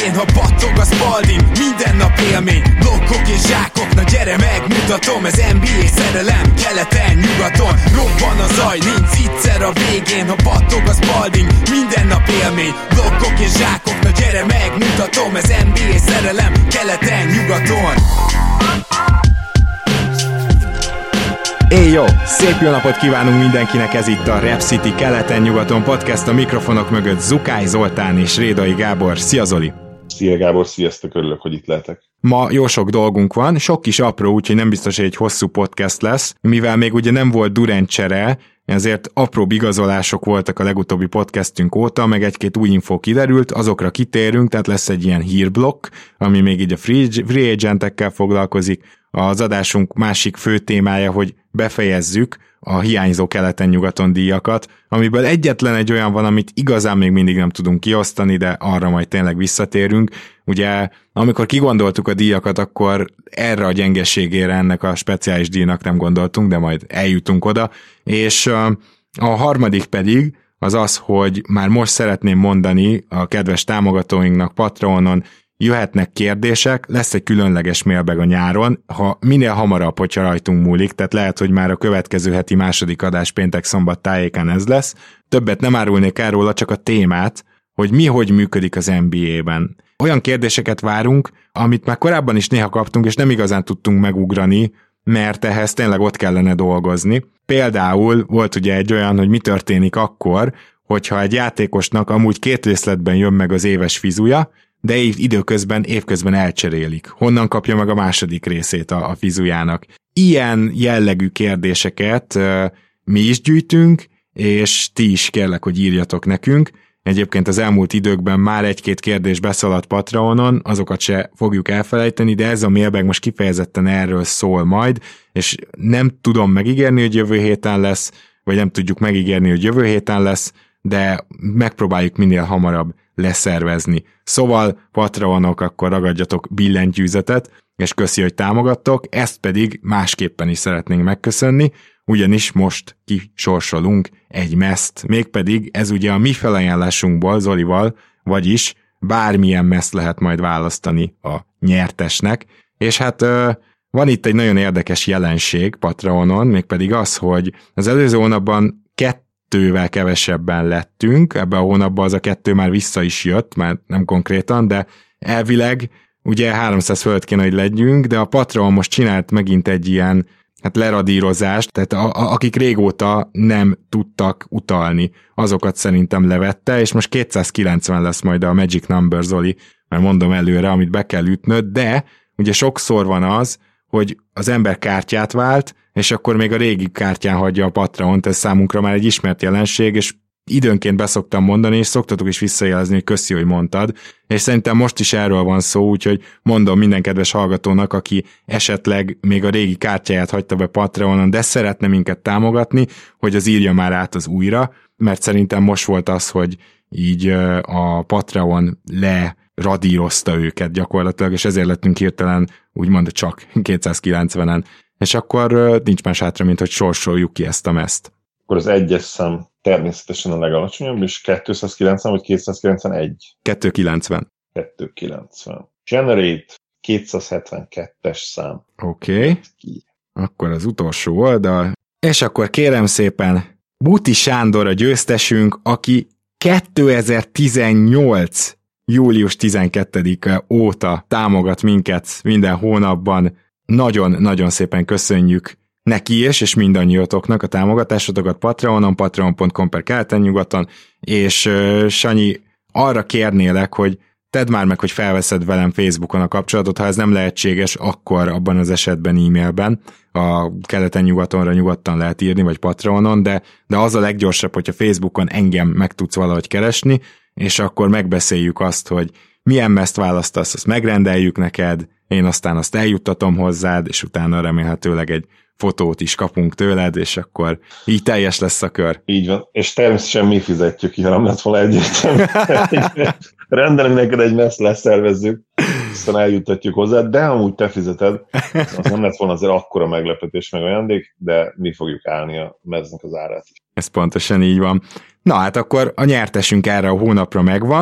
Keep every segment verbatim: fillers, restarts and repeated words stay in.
végén, ha battog a Spalding, minden nap élmény, blokkok és zsákok, na gyere megmutatom, ez en bé á szerelem, keleten, nyugaton, robban a zaj, nincs egyszer a végén, ha battog a Spalding, minden nap élmény, blokkok és zsákok, na gyere megmutatom, ez en bé á szerelem, keleten, nyugaton. Éj jó! Szép jó napot kívánunk mindenkinek, ez itt a Rap City keleten-nyugaton podcast, a mikrofonok mögött Zukály Zoltán és Rédai Gábor. Szia Zoli! Szia Gábor, sziasztok, örülök, hogy itt lehetek. Ma jó sok dolgunk van, sok kis apró, úgyhogy nem biztos, hogy egy hosszú podcast lesz, mivel még ugye nem volt Durant csere, ezért apróbb igazolások voltak a legutóbbi podcastünk óta, meg egy-két új infó kiderült, azokra kitérünk, tehát lesz egy ilyen hírblokk, ami még így a free, free agentekkel foglalkozik. Az adásunk másik fő témája, hogy befejezzük a hiányzó keleten-nyugaton díjakat, amiből egyetlen egy olyan van, amit igazán még mindig nem tudunk kiosztani, de arra majd tényleg visszatérünk. Ugye, amikor kigondoltuk a díjakat, akkor erre a gyengeségére ennek a speciális díjnak nem gondoltunk, de majd eljutunk oda. És a harmadik pedig az az, hogy már most szeretném mondani a kedves támogatóinknak Patreonon, jöhetnek kérdések, lesz egy különleges mailbag a nyáron, ha minél hamarabb, hogyha rajtunk múlik, tehát lehet, hogy már a következő heti második adás péntek szombat tájékán ez lesz. Többet nem árulnék el róla, csak a témát, hogy mi hogy működik az en bé á-ben. Olyan kérdéseket várunk, amit már korábban is néha kaptunk, és nem igazán tudtunk megugrani, mert ehhez tényleg ott kellene dolgozni. Például volt ugye egy olyan, hogy mi történik akkor, hogyha egy játékosnak amúgy két részletben jön meg az éves fizuja, de időközben, évközben elcserélik. Honnan kapja meg a második részét a, a fizujának? Ilyen jellegű kérdéseket uh, mi is gyűjtünk, és ti is kérlek, hogy írjatok nekünk. Egyébként az elmúlt időkben már egy-két kérdés beszaladt Patreonon, azokat se fogjuk elfelejteni, de ez a mailbag most kifejezetten erről szól majd, és nem tudom megígérni, hogy jövő héten lesz, vagy nem tudjuk megígérni, hogy jövő héten lesz, de megpróbáljuk minél hamarabb leszervezni. Szóval Patreonok, akkor ragadjatok billentyűzetet, és köszi, hogy támogattok, ezt pedig másképpen is szeretnénk megköszönni, ugyanis most kisorsolunk egy meszt, mégpedig ez ugye a mi felajánlásunkból, Zolival, vagyis bármilyen meszt lehet majd választani a nyertesnek, és hát van itt egy nagyon érdekes jelenség Patreonon, mégpedig az, hogy az előző hónapban kettő kettővel kevesebben lettünk, ebben a hónapban az a kettő már vissza is jött, már nem konkrétan, de elvileg ugye háromszáz fölött kéne, hogy legyünk, de a Patreon most csinált megint egy ilyen hát leradírozást, tehát a, a, akik régóta nem tudtak utalni, azokat szerintem levette, és most kétszázkilencven lesz majd a Magic Number, Zoli, mert mondom előre, amit be kell ütnöd, de ugye sokszor van az, hogy az ember kártyát vált, és akkor még a régi kártyán hagyja a Patreont, ez számunkra már egy ismert jelenség, és időnként beszoktam mondani, és szoktatok is visszajelezni, hogy köszi, hogy mondtad, és szerintem most is erről van szó, úgyhogy mondom minden kedves hallgatónak, aki esetleg még a régi kártyáját hagyta be Patreonon, de szeretne minket támogatni, hogy az írja már át az újra, mert szerintem most volt az, hogy így a Patreon le radírozta őket gyakorlatilag, és ezért lettünk hirtelen úgymond csak kétszázkilencvenen. És akkor nincs más hátra, mint hogy sorsoljuk ki ezt a meszt. Akkor az egyes szám természetesen a legalacsonyabb, és kétszázkilencven vagy kétszázkilencvenegy? kétszázkilencven. kétszázkilencven. Generate kétszázhetvenkettes szám. Oké. Okay. Akkor az utolsó oldal. És akkor kérem szépen, Buti Sándor a győztesünk, aki kétezer-tizennyolc július tizenkettedike óta támogat minket minden hónapban. Nagyon-nagyon szépen köszönjük neki is, és mindannyiatoknak a támogatásotokat Patreonon, patreon pont com per keleten-nyugaton, és uh, Sanyi, arra kérnélek, hogy tedd már meg, hogy felveszed velem Facebookon a kapcsolatot, ha ez nem lehetséges, akkor abban az esetben e-mailben, a keleten-nyugatonra nyugodtan lehet írni, vagy Patreonon, de, de az a leggyorsabb, hogyha Facebookon engem meg tudsz valahogy keresni, és akkor megbeszéljük azt, hogy milyen meszt választasz, azt megrendeljük neked, én aztán azt eljuttatom hozzád, és utána remélhetőleg egy fotót is kapunk tőled, és akkor így teljes lesz a kör. Így van, és természetesen mi fizetjük ki, ha nem lett volna egyértelmű. Rendelünk neked egy meszt, leszervezzük, aztán eljuttatjuk hozzád, de amúgy te fizeted, az nem lett volna azért akkora meglepetés meg ajándék, de mi fogjuk állni a meznek az árát is. Ez pontosan így van. Na hát akkor a nyertesünk erre a hónapra megvan,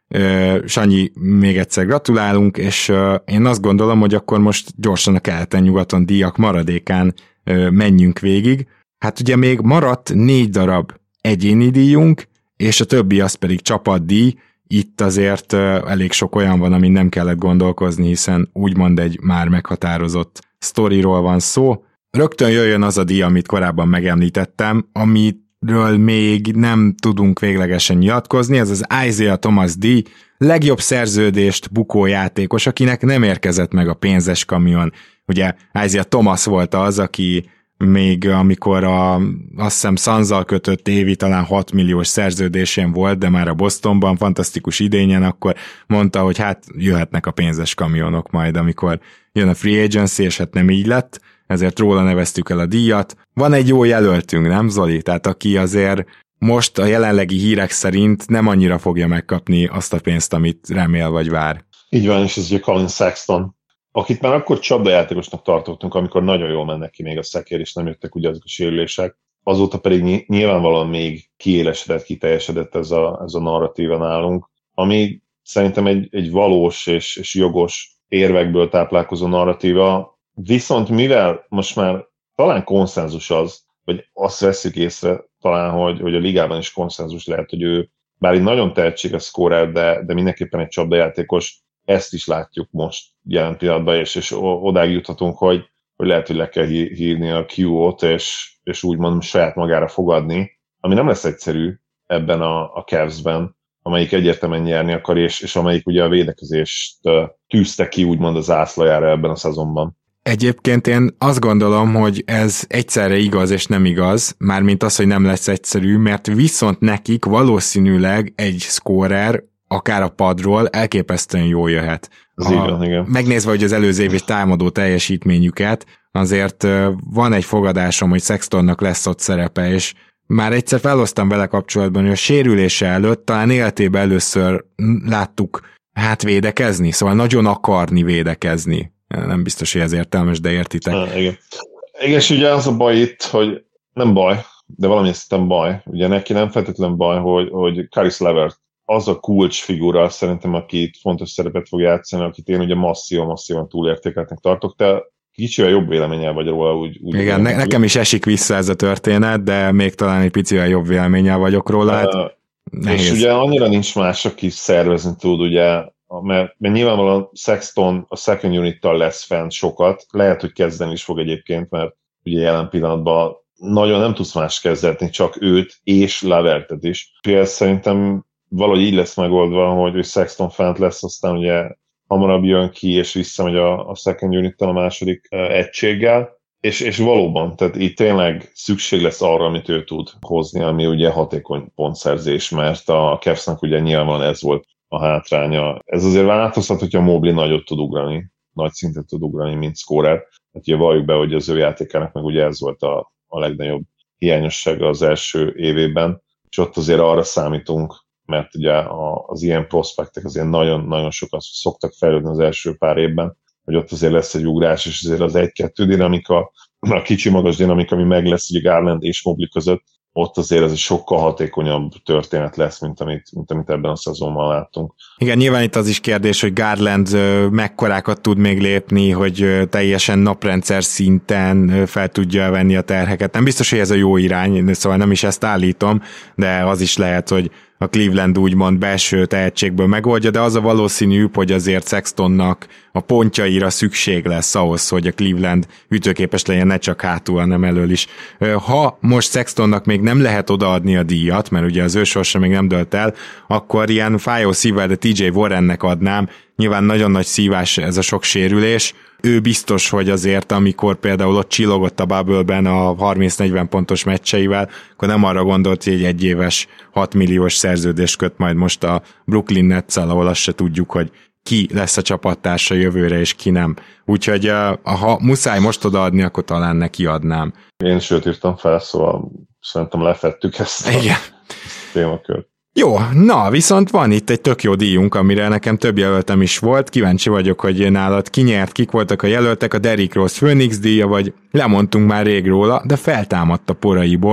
Sanyi, még egyszer gratulálunk, és én azt gondolom, hogy akkor most gyorsan a keleten-nyugaton díjak maradékán menjünk végig. Hát ugye még maradt négy darab egyéni díjunk, és a többi az pedig csapatdíj. Itt azért elég sok olyan van, amin nem kellett gondolkozni, hiszen úgymond egy már meghatározott sztoriról van szó. Rögtön jöjjön az a díj, amit korábban megemlítettem, amiről még nem tudunk véglegesen nyilatkozni, ez az Isaiah Thomas díj, legjobb szerződést bukó játékos, akinek nem érkezett meg a pénzes kamion. Ugye Isaiah Thomas volt az, aki még amikor a, azt hiszem Suns-zal kötött évi talán hat milliós szerződésén volt, de már a Bostonban fantasztikus idényen, akkor mondta, hogy hát jöhetnek a pénzes kamionok majd, amikor jön a free agency, és hát nem így lett, ezért róla neveztük el a díjat. Van egy jó jelöltünk, nem Zoli? Tehát aki azért most a jelenlegi hírek szerint nem annyira fogja megkapni azt a pénzt, amit remél vagy vár. Így van, és ez ugye Colin Sexton, akit már akkor csapdajátékosnak tartottunk, amikor nagyon jól mennek ki még a szekér, és nem jöttek ugye azok a sérülések. Azóta pedig nyilvánvalóan még kiélesedett, kiteljesedett ez a, ez a narratíva nálunk, ami szerintem egy, egy valós és, és jogos érvekből táplálkozó narratíva, viszont mivel most már talán konszenzus az, vagy azt veszük észre talán, hogy, hogy a ligában is konszenzus lehet, hogy ő bár egy nagyon tehetséges szkórer, de, de mindenképpen egy csapdajátékos, ezt is látjuk most jelen pillanatban, és, és odáig juthatunk, hogy, hogy lehet, hogy le kell hívni a Q O-t, és, és úgymond saját magára fogadni, ami nem lesz egyszerű ebben a, a Cavs-ben, amelyik egyértelműen nyerni akar, és, és amelyik ugye a védekezést tűzte ki úgymond az zászlajára ebben a szezonban. Egyébként én azt gondolom, hogy ez egyszerre igaz és nem igaz, mármint az, hogy nem lesz egyszerű, mert viszont nekik valószínűleg egy scorer, akár a padról elképesztően jól jöhet. Az igen, igen. Megnézve, hogy az előző évi támadó teljesítményüket, azért van egy fogadásom, hogy Sextonnak lesz ott szerepe, és már egyszer felhoztam vele kapcsolatban, hogy a sérülése előtt talán életében először láttuk hát védekezni, szóval nagyon akarni védekezni. Nem biztos, hogy ez értelmes, de értitek. Ha, igen. igen, és ugye az a baj itt, hogy nem baj, de valami szerintem baj. Ugye neki nem feltétlenül baj, hogy, hogy Caris LeVert az a kulcs figura, szerintem, aki itt fontos szerepet fog játszani, akit én ugye masszívan-masszívan túlértékeltnek tartok, te kicsivel jobb véleménnyel vagy róla. Úgy, úgy igen, ne, nekem is esik vissza ez a történet, de még talán egy picivel jobb véleménnyel vagyok róla. Hát uh, és ugye annyira nincs más, aki szervezni tud, ugye, mert, mert nyilvánvalóan Sexton a second unittal lesz fent sokat, lehet, hogy kezdeni is fog egyébként, mert ugye jelen pillanatban nagyon nem tudsz más kezdetni, csak őt és Levertet is. És ez szerintem valahogy így lesz megoldva, hogy, hogy Sexton fent lesz, aztán ugye hamarabb jön ki, és visszamegy a, a second unittal a második uh, egységgel, és, és valóban, tehát itt tényleg szükség lesz arra, amit ő tud hozni, ami ugye hatékony pontszerzés, mert a Cavsnak ugye nyilván ez volt a hátránya. Ez azért változtat, hogyha Mobley nagyot tud ugrani, nagy szintet tud ugrani, mint scorer. Hát ugye valljuk be, hogy az ő játékának meg ugye ez volt a, a legnagyobb hiányossága az első évében, és ott azért arra számítunk, mert ugye az ilyen prospektek azért nagyon-nagyon sokat szoktak fejlődni az első pár évben, hogy ott azért lesz egy ugrás, és azért az egy-kettő dinamika, a kicsi-magas dinamika, ami meg lesz ugye Garland és Mobley között, ott azért ez egy sokkal hatékonyabb történet lesz, mint amit, mint amit ebben a szezonban láttunk. Igen, nyilván itt az is kérdés, hogy Garland mekkorákat tud még lépni, hogy teljesen naprendszer szinten fel tudja venni a terheket. Nem biztos, hogy ez a jó irány, szóval nem is ezt állítom, de az is lehet, hogy a Cleveland úgymond belső tehetségből megoldja, de az a valószínűbb, hogy azért Sextonnak a pontjaira szükség lesz ahhoz, hogy a Cleveland ütőképes legyen, ne csak hátul, hanem elől is. Ha most Sextonnak még nem lehet odaadni a díjat, mert ugye az ő sorsa még nem dölt el, akkor ilyen fájó szívvel, de té jé Warrennek adnám. Nyilván nagyon nagy szívás ez a sok sérülés. Ő biztos, hogy azért, amikor például ott csillogott a Bubble-ben a harminc-negyven pontos meccseivel, akkor nem arra gondolt, hogy egy egyéves hat milliós szerződést köt majd most a Brooklyn Nets-el, ahol azt se tudjuk, hogy ki lesz a csapattársa jövőre, és ki nem. Úgyhogy ha muszáj most odaadni, akkor talán neki adnám. Én is őt írtam fel, szóval szerintem lefettük ezt a Igen. témakört. Jó, na, viszont van itt egy tök jó díjunk, amire nekem több jelöltem is volt, kíváncsi vagyok, hogy nálad ki nyert, kik voltak a jelöltek, a Derrick Rose Phoenix díja, vagy lemondtunk már rég róla, de feltámadt a poraiból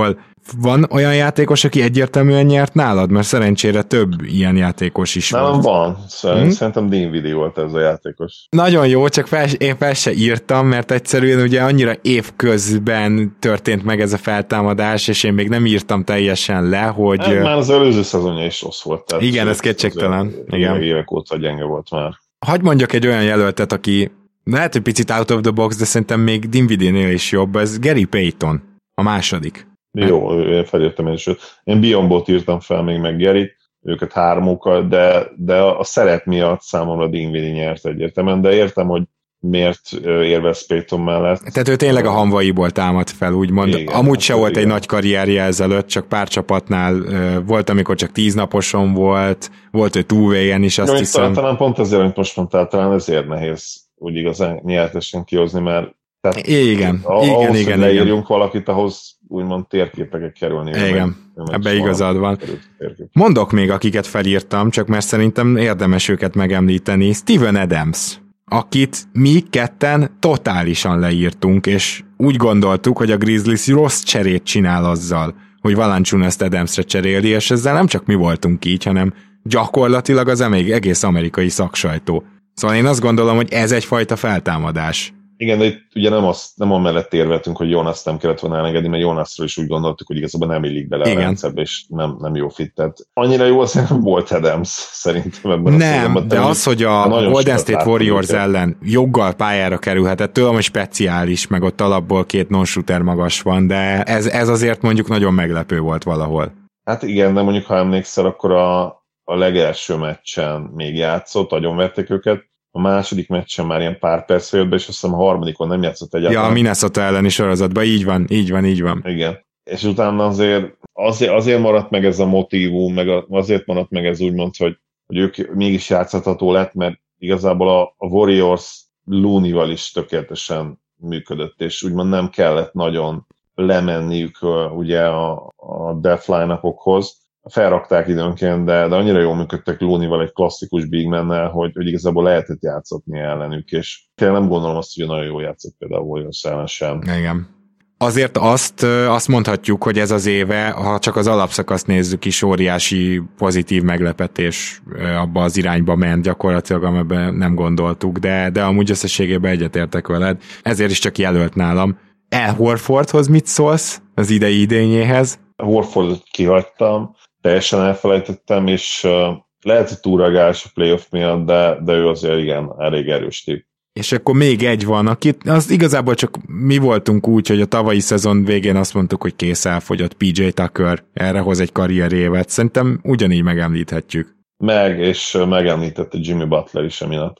van olyan játékos, aki egyértelműen nyert nálad? Mert szerencsére több ilyen játékos is Nálam volt. van. Szerintem, hmm? Szerintem Dinwiddie volt ez a játékos. Nagyon jó, csak fel, én fel se írtam, mert egyszerűen ugye annyira évközben történt meg ez a feltámadás, és én még nem írtam teljesen le, hogy... Hát, már az előző szezonja is rossz volt. Tehát igen, ez kétségtelen. Igen. Évek óta gyenge volt már. Hadd mondjak egy olyan jelöltet, aki lehet, hogy picit out of the box, de szerintem még Dinwiddie-nél is jobb, ez Gary Payton, a második. Jó, én felírtam én is. Én Biombot írtam fel még meg Garyt, őket hármukkal, de, de a szeret miatt számomra Dinwiddie nyert egyértelműen, de értem, hogy miért érvez Payton mellett. Tehát ő tényleg a hamvaiból támad fel, úgymond. Igen, amúgy se volt igen. Egy nagy karrierje ezelőtt, csak pár csapatnál volt, amikor csak tíz naposon volt, volt, hogy túlvéjen is, azt Jó, hiszem. Talán pont ezért, amit most mondtál, talán ezért nehéz úgy igazán nyertesen kihozni, mert tehát igen, ahhoz, igen, hogy igen, leírjunk igen. valakit, ahhoz úgymond térképeket kerülni. Igen, ebbe igazad van. Mondok még, akiket felírtam, csak mert szerintem érdemes őket megemlíteni. Steven Adams, akit mi ketten totálisan leírtunk, és úgy gondoltuk, hogy a Grizzlies rossz cserét csinál azzal, hogy Valanciunast Adamsre cseréli, és ezzel nem csak mi voltunk így, hanem gyakorlatilag az még egész amerikai szaksajtó. Szóval én azt gondolom, hogy ez egyfajta feltámadás. Igen, de itt ugye nem, az, nem amellett érveltünk, hogy Jonas nem kellett volna elengedni, mert Jonasról is úgy gondoltuk, hogy igazából nem illik bele igen. a rendszerbe, és nem, nem jó fit. Tehát annyira jó azért nem volt Adams, szerintem ebben nem, a szépen, de az, hogy a Golden State Warriors őket. ellen joggal pályára kerülhetett, tudom, hogy speciális, meg ott alapból két non-shooter magas van, de ez, ez azért mondjuk nagyon meglepő volt valahol. Hát igen, de mondjuk ha emlékszel, akkor a, a legelső meccsen még játszott, agyonverték őket, a második meccsen már ilyen pár perc jött be, és azt hiszem a harmadikon nem játszott egyáltalán. Ja, a Minnesota elleni sorozatban, így van, így van, így van. Igen. És utána azért, azért, azért maradt meg ez a motívum, meg azért maradt meg ez úgymond, hogy, hogy ők mégis játszható lett, mert igazából a, a Warriors Looney-val is tökéletesen működött, és úgymond nem kellett nagyon lemenniük ugye a, a death line-upokhoz. Felrakták időnként, de, de annyira jól működtek Looney-val, egy klasszikus big man-nel, hogy, hogy igazából lehetett játszatni ellenük, és tényleg nem gondolom azt, hogy nagyon jól játszott például Warriors ellen sem. Igen. Azért azt, azt mondhatjuk, hogy ez az éve, ha csak az alapszakaszt nézzük is, óriási pozitív meglepetés abba az irányba ment gyakorlatilag, amiben nem gondoltuk, de, de amúgy összességében egyetértek veled. Ezért is csak jelölt nálam. Al Horfordhoz mit szólsz az idei idényéhez? Horfordot kihagytam, teljesen elfelejtettem, és uh, lehet, hogy túragás a playoff miatt, de, de ő azért igen, elég erős tip. És akkor még egy van, akit az igazából csak mi voltunk úgy, hogy a tavalyi szezon végén azt mondtuk, hogy kész elfogyott pé jé Tucker, erre hoz egy karrierévet. Szerintem ugyanígy megemlíthetjük. Meg, és megemlítette Jimmy Butler is emiatt.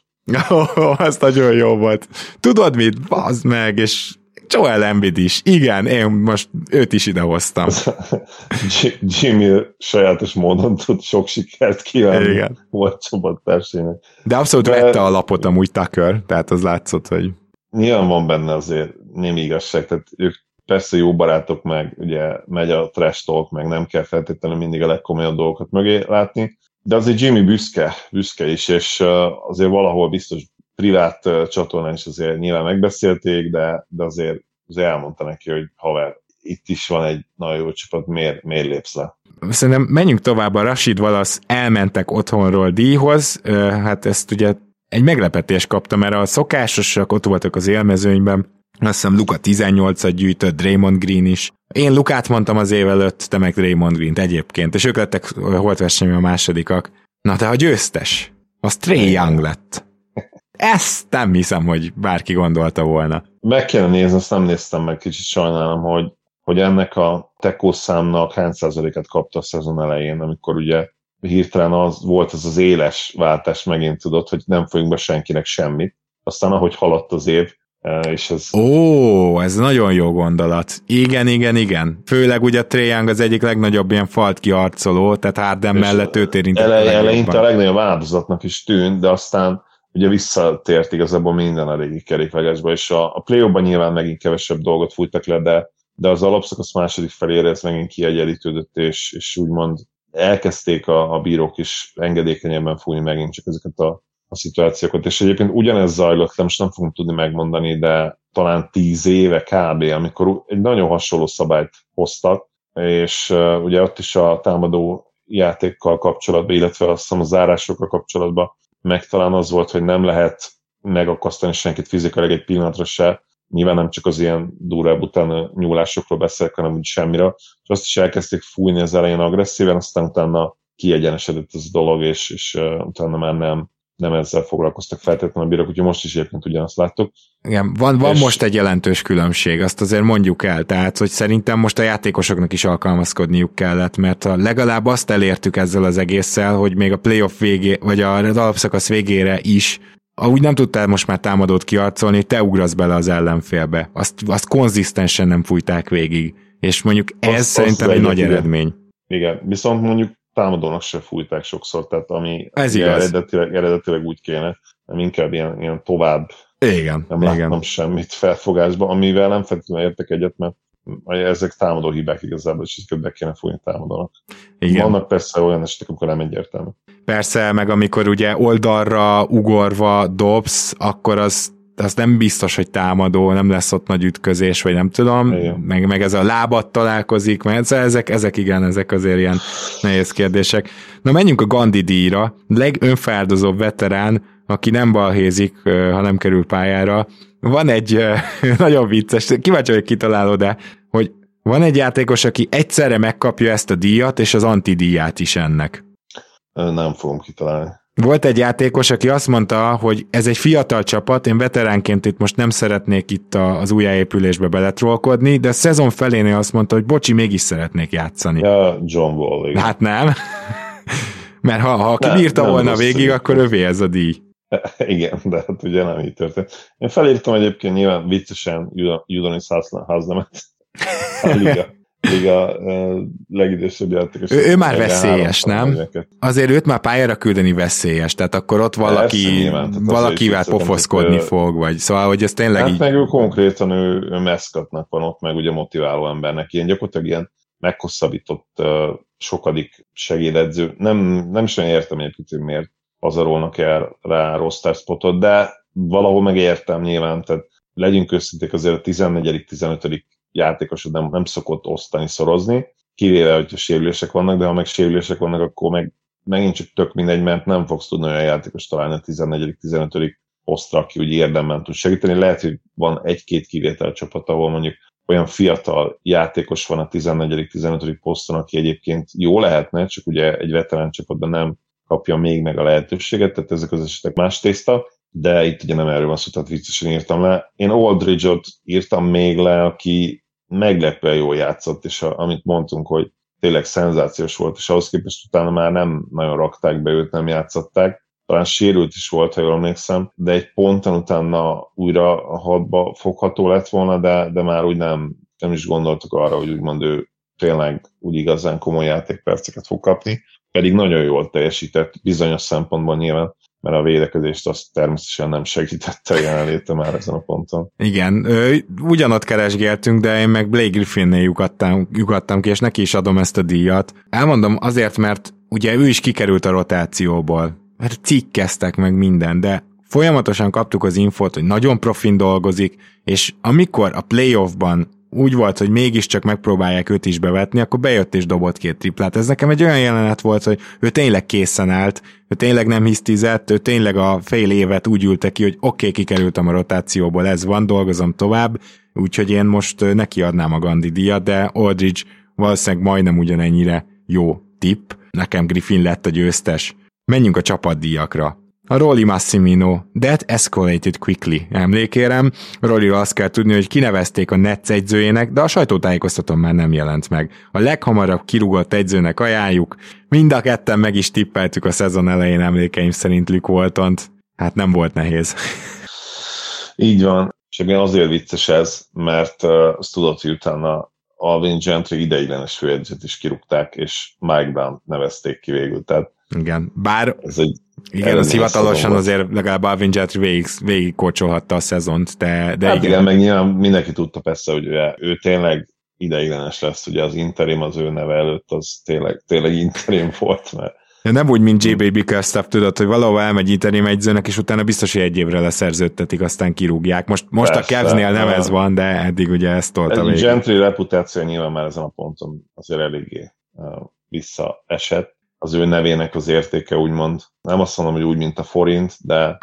Oh, ez nagyon jó volt. Tudod mit? Bazd meg, és Joel Embiid is. Igen, én most őt is idehoztam. Jimmy sajátos módon tud sok sikert kívánni. Igen. Volt csapattársének. De abszolút De... vette a lapot amúgy Tucker, tehát az látszott, hogy... Nyilván van benne azért némi igazság, tehát ők persze jó barátok, meg ugye megy a trash talk, meg nem kell feltétlenül mindig a legkomolyabb dolgokat mögé látni, de azért Jimmy büszke, büszke is, és azért valahol biztos privát csatornán is azért nyilván megbeszélték, de, de azért, azért elmondta neki, hogy haver, itt is van egy nagyon jó csapat, miért, miért lépsz le? Szerintem menjünk tovább, a Rashid Wallace elmentek otthonról díjhoz, hát ezt ugye egy meglepetés kapta, mert a szokásosak ott voltak az élmezőnyben, azt hiszem Luka tizennyolcat gyűjtött, Draymond Green is. Én Lukát mondtam az év előtt, te meg Draymond Greent egyébként, és ők lettek holtversenyben a másodikak. Na de a győztes, az Trae Young lett. Ezt nem hiszem, hogy bárki gondolta volna. Meg kell nézni, azt nem néztem meg, kicsit sajnálom, hogy, hogy ennek a tekószámnak hány százalékát kapta a szezon elején, amikor ugye hirtelen az volt az az éles váltás, megint tudod, hogy nem folyunk be senkinek semmit. Aztán ahogy haladt az év, és ez... Ó, ez nagyon jó gondolat. Igen, igen, igen. Főleg ugye Trae Young az egyik legnagyobb ilyen falt kiarcoló, tehát Harden mellett őt érintett. Ele, eleinte a legnagyobb áldozatnak is tűnt, de aztán ugye visszatért igazából minden a régi kerékvágásba, és a, a play-offban nyilván megint kevesebb dolgot fújtak le, de, de az alapszakasz második felére ez megint kiegyenlítődött, és, és úgymond elkezdték a, a bírók is engedékenyebben fújni megint csak ezeket a, a szituációkat, és egyébként ugyanez zajlott, most nem fogom tudni megmondani, de talán tíz éve kb., amikor egy nagyon hasonló szabályt hoztak, és uh, ugye ott is a támadó játékkal kapcsolatban, illetve azt hiszem a zárásokkal kapcsolatban meg talán az volt, hogy nem lehet megakasztani senkit fizikailag egy pillanatra se. Nyilván nem csak az ilyen durvább utána nyúlásokról beszélek, hanem úgy semmiről. És azt is elkezdték fújni az elején agresszíven, aztán utána kiegyenesedett ez a dolog, és, és uh, utána már nem, nem ezzel foglalkoztak feltétlenül a bírók, úgyhogy most is egyébként ugyanazt láttuk. Igen, van, van és... most egy jelentős különbség, azt azért mondjuk el, tehát hogy szerintem most a játékosoknak is alkalmazkodniuk kellett, mert a legalább azt elértük ezzel az egésszel, hogy még a playoff végé, vagy az alapszakasz végére is úgy nem tudtál most már támadót kiarcolni, hogy te ugrasz bele az ellenfélbe. Azt, azt konzisztensen nem fújták végig. És mondjuk ez azt, szerintem azt egy nagy eredmény. Igen, viszont mondjuk támadónak se fújták sokszor, tehát ami ez igaz. Eredetileg, eredetileg úgy kéne, nem inkább ilyen, ilyen tovább igen, nem igen. láttam semmit felfogásba, amivel nem feltétlenül értek egyet, mert ezek támadó hibák igazából, és így be kéne fújni támadónak. Igen. Vannak persze olyan esetek, amikor nem egyértelmű. Persze, meg amikor ugye oldalra ugorva dobsz, akkor az, az nem biztos, hogy támadó, nem lesz ott nagy ütközés, vagy nem tudom, meg, meg ez a lábat találkozik, mert ezek, ezek igen, ezek azért ilyen nehéz kérdések. Na menjünk a Gandhi díjra, legönfeláldozóbb veterán, aki nem balhézik, ha nem kerül pályára. Van egy nagyon vicces, kíváncsi, hogy kitalálod, de hogy van egy játékos, aki egyszerre megkapja ezt a díjat, és az antidíját is ennek. Nem fogom kitalálni. Volt egy játékos, aki azt mondta, hogy ez egy fiatal csapat, én veteránként itt most nem szeretnék itt az újjáépülésbe beletrolkodni, de a szezon felénél azt mondta, hogy bocsi, mégis szeretnék játszani. Ja, John Wall. Igen. Hát nem. Mert ha, ha kibírta volna végig, akkor övé ez a díj. Igen, de hát ugye nem így történt. Én felírtam egyébként nyilván viccesen Udonis Haslemet. A liga, liga uh, legidősebb játékos. Ő, ő már veszélyes, nem? Megyeket. Azért őt már pályára küldeni veszélyes, tehát akkor ott valaki, Persze, nyilván, valakivel pofoszkodni tehát, fog, vagy szóval, hogy ez tényleg hát így... meg ő konkrétan ő, ő meszkatnak van ott, meg ugye motiváló embernek. Ilyen gyakorlatilag ilyen meghosszabbított uh, sokadik segédedző. Nem, nem is olyan értem egyébként, hogy miért pazarolnak el rá roster spotot, de valahol megértem nyilván, tehát legyünk őszinték, azért a tizennegyedik tizenötödik játékosod nem, nem szokott osztani, szorozni, kivéve, hogyha sérülések vannak, de ha meg sérülések vannak, akkor meg megint csak tök mindegy, mert nem fogsz tudni olyan játékos találni a tizennegyedik tizenötödik posztra, aki úgy érdemben tud segíteni. Lehet, hogy van egy-két kivétel csapat, ahol mondjuk olyan fiatal játékos van a tizennegyedik tizenötödik poszton, aki egyébként jó lehetne, csak ugye egy veterán csapatban nem kapja még meg a lehetőséget, tehát ezek az esetek más tészta, de itt ugye nem erről van szó, tehát viccesen írtam le. Én Aldridge-ot írtam még le, aki meglepően jól játszott, és a, amit mondtunk, hogy tényleg szenzációs volt, és ahhoz képest utána már nem nagyon rakták be őt, nem játszották. Talán sérült is volt, ha jól emlékszem, de egy ponton utána újra a hatba fogható lett volna, de, de már úgy nem, nem is gondoltuk arra, hogy úgymond ő tényleg úgy igazán komoly játékperceket fog kapni, pedig nagyon jól teljesített, bizonyos szempontból nyilván, mert a védekezést azt természetesen nem segítette a jelenléte már ezen a ponton. Igen, ugyanott keresgéltünk, de én meg Blake Griffinnél lyukadtam, lyukadtam ki, és neki is adom ezt a díjat. Elmondom azért, mert ugye ő is kikerült a rotációból, mert cikkeztek meg minden, de folyamatosan kaptuk az infót, hogy nagyon profin dolgozik, és amikor a playoffban úgy volt, hogy mégiscsak megpróbálják őt is bevetni, akkor bejött és dobott két triplát. Ez nekem egy olyan jelenet volt, hogy ő tényleg készen állt, ő tényleg nem hisztizett, ő tényleg a fél évet úgy ülte ki, hogy oké, okay, kikerültem a rotációból, ez van, dolgozom tovább, úgyhogy én most neki adnám a Gandhi díjat, de Aldridge valószínűleg majdnem ugyanennyire jó tipp. Nekem Griffin lett a győztes. Menjünk a csapatdíjakra. A Rolly Massimino, that escalated quickly. Emlékérem, Rollyról azt kell tudni, hogy kinevezték a Nets egyzőjének, de a sajtótájékoztatón már nem jelent meg. A leghamarabb kirúgott egyzőnek ajánljuk, mind a ketten meg is tippeltük a szezon elején emlékeim szerint Luke Waltont. Hát nem volt nehéz. Így van, és igen, azért vicces ez, mert uh, azt tudod, hogy utána Alvin Gentry ideiglenes főedzőt is kirúgták, és Mike Brown nevezték ki végül, tehát igen, bár ez egy igen, az hivatalosan azért legalább Alvin Gentry végig, végig kócsolhatta a szezont, de, de hát igen. igen, meg nyilván mindenki tudta persze, hogy ő, ő tényleg ideiglenes lesz, ugye az interim az ő neve előtt, az tényleg, tényleg interim volt, mert Ja, nem úgy, mint jé bé Bickerstaff, tudod, hogy valahol elmegy interim egyzőnek, és utána biztos, hogy egy évre leszerződtetik, aztán kirúgják. Most, most a Cavsnél nem ez van, de eddig ugye ezt tolta végig. Gentry reputáció nyilván már ezen a ponton azért eléggé visszaesett. Az ő nevének az értéke úgymond, nem azt mondom, hogy úgy, mint a forint, de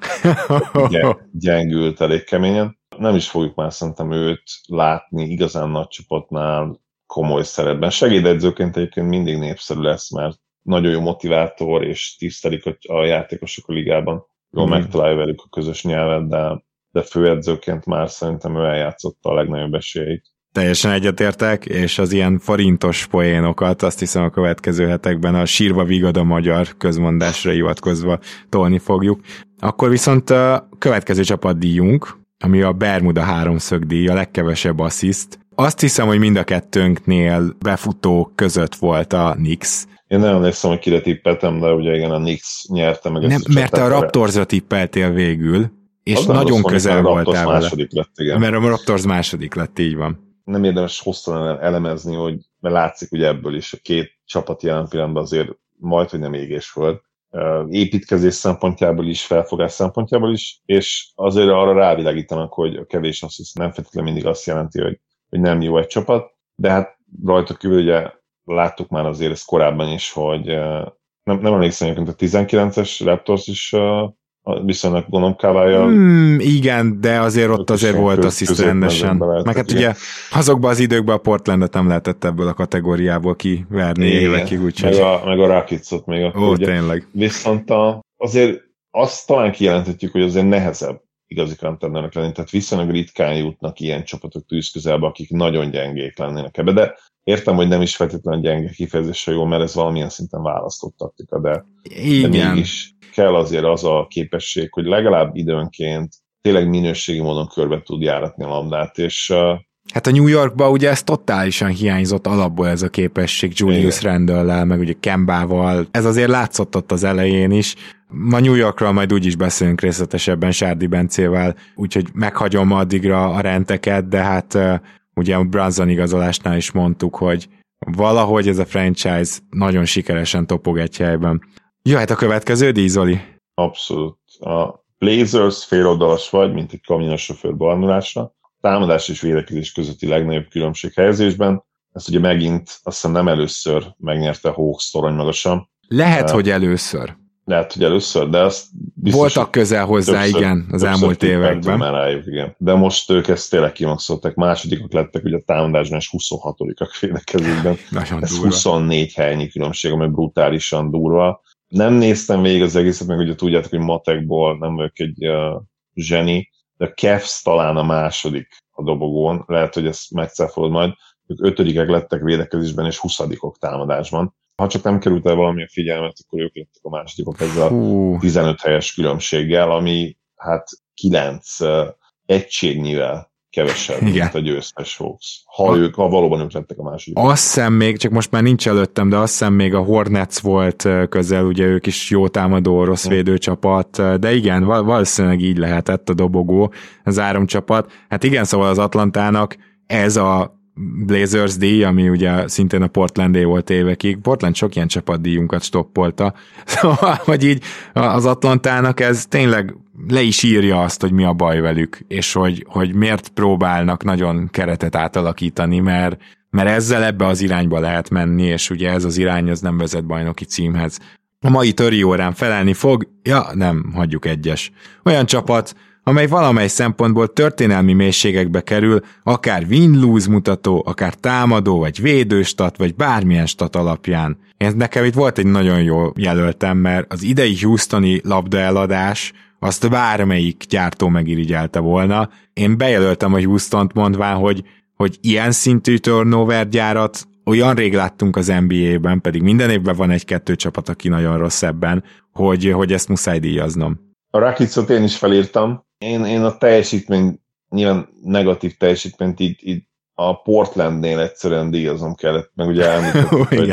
gyengült elég keményen. Nem is fogjuk már szerintem őt látni igazán nagy csapatnál komoly szerepben. Segédedzőként egyébként mindig népszerű lesz, mert nagyon jó motivátor, és tisztelik a játékosok a ligában. Jól mm. megtalálja velük a közös nyelvet, de, de főedzőként már szerintem ő eljátszotta a legnagyobb esélyeit. Teljesen egyetértek, és az ilyen forintos poénokat azt hiszem a következő hetekben a sírva vigad a magyar közmondásra hivatkozva tolni fogjuk. Akkor viszont a következő csapatdíjunk, ami a Bermuda háromszög díj, a legkevesebb assziszt. Azt hiszem, hogy mind a kettőnknél befutók között volt a Knicks. Én nem emlékszem, hogy kire tippeltem, de ugye igen, a Knicks nyerte meg ezt nem, a mert te a Raptorsra tippeltél végül, és az nagyon közel voltál vele. Második lett, igen. Mert a Raptors második lett, így van. Nem érdemes hosszan elemezni, hogy, mert látszik ugye ebből is, a két csapat jelen pillanatban azért majd, hogy nem égés volt. Építkezés szempontjából is, felfogás szempontjából is, és azért arra rávilágítanak, hogy a kevés assziszt nem feltétlenül mindig azt jelenti, hogy, hogy nem jó egy csapat, de hát rajta kívül ugye láttuk már azért ezt korábban is, hogy nem, nem emlékszem, hogy a tizenkilences Raptors is viszonylag gondolom Kawhi-jal. Hmm, igen, de azért ott azért volt assziszt rendesen. Meg hát ugye azokban az időkben a Portlandet nem lehetett ebből a kategóriából kiverni igen, évekig, úgyhogy... Meg a, meg a Rakicot még akkor. Ó, ugye. Tényleg. Viszont a, azért azt talán kijelenthetjük, hogy azért nehezebb igazi contendernek lenni, tehát viszonylag ritkán jutnak ilyen csapatok tűzközelbe, akik nagyon gyengék lennének ebbe, de értem, hogy nem is feltétlenül gyenge kifejezése jó, mert ez valamilyen szinten választott taktika, de, de mégis kell azért az a képesség, hogy legalább időnként tényleg minőségi módon körbe tud járatni a labdát, és... Hát a New Yorkban ugye ez totálisan hiányzott alapból ez a képesség Julius Randle-lel, meg ugye Kembával. Ez azért látszott ott az elején is. Ma New Yorkról majd úgyis beszélünk részletesebben Sárdi Bencével, úgyhogy meghagyom addigra a rendeket, de hát ugye a Brunson igazolásnál is mondtuk, hogy valahogy ez a franchise nagyon sikeresen topog egy helyben. Jöhet a következő díj, Zoli? Abszolút. A Blazers féloldalas vagy, mint egy kamionsofőr barnulásra. Támadás és védekezés közötti legnagyobb különbség helyezésben. Ezt ugye megint azt hiszem nem először megnyerte Hawks torony magasan. Lehet, uh, hogy először. Lehet, hogy először, de azt biztos, voltak közel hozzá, többször, igen, az elmúlt években. Rájuk, igen. De most ők ezt tényleg kimaxoltak. Másodikak lettek ugye a támadásban, és huszonhatodikak védekezésben. Ez huszonnégy helynyi különbség, ami brutálisan durva. Nem néztem végig az egészet, meg ugye tudjátok, hogy matekból nem vagyok egy uh, zseni, de a Cavs talán a második a dobogón, lehet, hogy ezt megcáfolod majd, ők ötödikek lettek védekezésben, és huszadikok támadásban. Ha csak nem került el valami a figyelmet, akkor ők lettek a másodikok ezzel a tizenöt helyes különbséggel, ami hát kilenc uh, egységnyivel kevesebb, igen, mint a győztes Hawks. Ha, a, ők, ha valóban ők lettek a második. Azt hiszem még, csak most már nincs előttem, de azt hiszem még a Hornets volt közel, ugye ők is jó támadó, rossz védőcsapat, de igen, valószínűleg így lehetett a dobogó, az áramcsapat. Hát igen, szóval az Atlantának ez a Blazers díj, ami ugye szintén a Portlandé volt évekig. Portland sok ilyen csapatdíjunkat stoppolta. Szóval, hogy így az Atlantának ez tényleg le is írja azt, hogy mi a baj velük, és hogy, hogy miért próbálnak nagyon keretet átalakítani, mert, mert ezzel ebbe az irányba lehet menni, és ugye ez az irány az nem vezet bajnoki címhez. A mai töri órán felelni fog, ja, nem, hagyjuk egyes. Olyan csapat, amely valamely szempontból történelmi mélységekbe kerül, akár win-lose mutató, akár támadó, vagy védőstat, vagy bármilyen stat alapján. Ez nekem itt volt egy nagyon jó jelöltem, mert az idei Houstoni labdaeladás azt bármelyik gyártó megirigyelte volna. Én bejelöltem a Houstont mondván, hogy, hogy ilyen szintű turnover gyárat olyan rég láttunk az en bé á-ben, pedig minden évben van egy-kettő csapat, aki nagyon rossz ebben, hogy, hogy ezt muszáj díjaznom. A Rakicot én is felírtam. Én, én a teljesítmény, nyilván negatív teljesítményt így, így a Portlandnél egyszerűen díjaznom kellett, meg ugye elmondtuk, hogy,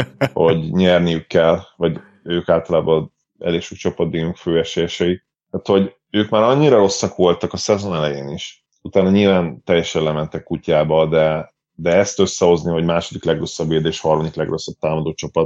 hogy nyerniük kell, vagy ők általában elég sok csapatdíjunk főesélyesei. Tehát, hogy ők már annyira rosszak voltak a szezon elején is. Utána nyilván teljesen lementek kutyába, de, de ezt összehozni, hogy második legrosszabb védés, harmadik legrosszabb támadó csapat,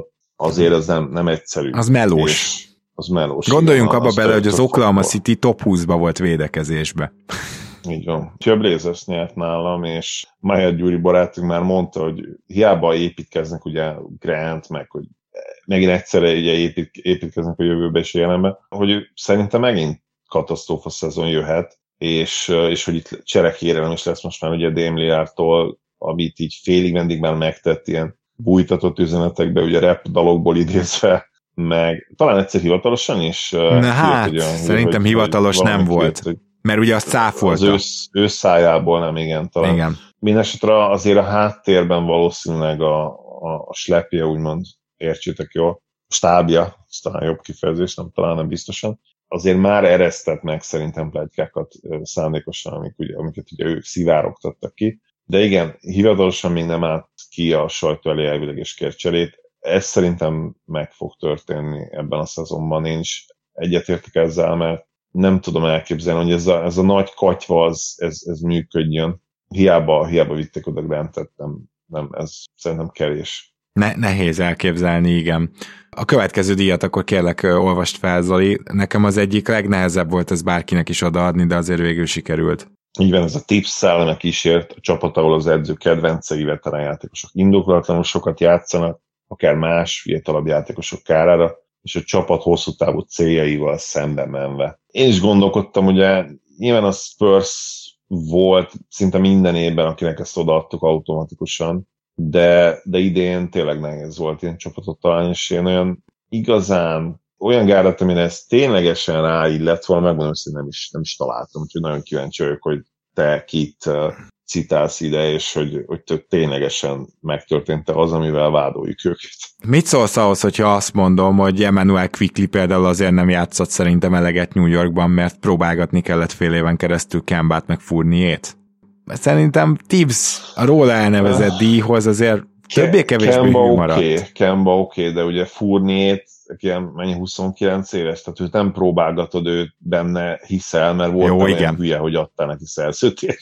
azért az nem, nem egyszerű. Az melós. Az melós. Gondoljunk igen, abba az bele, hogy az Oklahoma szokva. City top húszba volt védekezésbe. Így van. A Blazers nyert nálam, és Májer Gyuri barátunk már mondta, hogy hiába építkeznek ugye Grant, meg hogy megint egyszerre ugye épít, építkeznek a jövőbe és a jelenbe, hogy szerintem megint katasztrófa szezon jöhet, és, és hogy itt cserekérelem is lesz most már ugye Dame Lillardtól, amit így félig meddig már megtett ilyen bújtatott üzenetekbe, ugye rap dalokból idézve, meg talán egyszer hivatalosan is. Na hát, olyan, szerintem hogy, hivatalos hogy nem volt, hogy mert ugye azt cáfolta. Az ősz, ősz szájából nem, igen, talán. Igen. Mindenesetre azért a háttérben valószínűleg a, a, a slepje, úgymond, értsétek jól, a stábja, ez talán jobb kifejezés, nem talán nem biztosan, azért már eresztett meg szerintem pletykákat szándékosan, amik, ugye, amiket ugye ők szivárogtattak ki. De igen, hivatalosan még nem állt ki a sajtó elé elvileges kércserét. Ez szerintem meg fog történni ebben a szezonban. Én is egyetértek ezzel, mert nem tudom elképzelni, hogy ez a, ez a nagy katyva, az, ez, ez működjön. Hiába, hiába vitték oda Grantet, nem, nem, ez szerintem kevés. Ne, nehéz elképzelni, igen. A következő díjat akkor kérlek olvast fel, Zoli. Nekem az egyik legnehezebb volt ez bárkinek is odaadni, de azért végül sikerült. Így van, ez a tips szelleme kísért a csapat, ahol az edző kedvencei veterán játékosok indokolatlanul sokat játszanak, akár más fiatalabb játékosok kárára, és a csapat hosszú távú céljaival szembe menve. Én is gondolkodtam, ugye nyilván a Spurs volt szinte minden évben, akinek ezt odaadtuk automatikusan, de, de idén tényleg nehéz volt ilyen csapatot találni, és én olyan igazán olyan gárdát, amire ez ténylegesen ráillett volna, megmondom, hogy nem is, nem is találtam, úgyhogy nagyon kíváncsi vagyok, hogy te kit uh, citálsz ide, és hogy, hogy ténylegesen megtörtént az, amivel vádoljuk őket. Mit szólsz ahhoz, hogyha azt mondom, hogy Emmanuel Quickley például azért nem játszott szerintem eleget New Yorkban, mert próbálgatni kellett fél éven keresztül Kembát meg Fournier-t? Szerintem Tibbs a róla elnevezett díjhoz azért többé-kevésbé hű maradt. Okay, Kemba oké, okay, de ugye Fournier-t ilyen mennyi huszonkilenc éves, tehát őt nem próbálgatod, őt benne hiszel, mert volt olyan hülye, hogy adtál neki szerződést.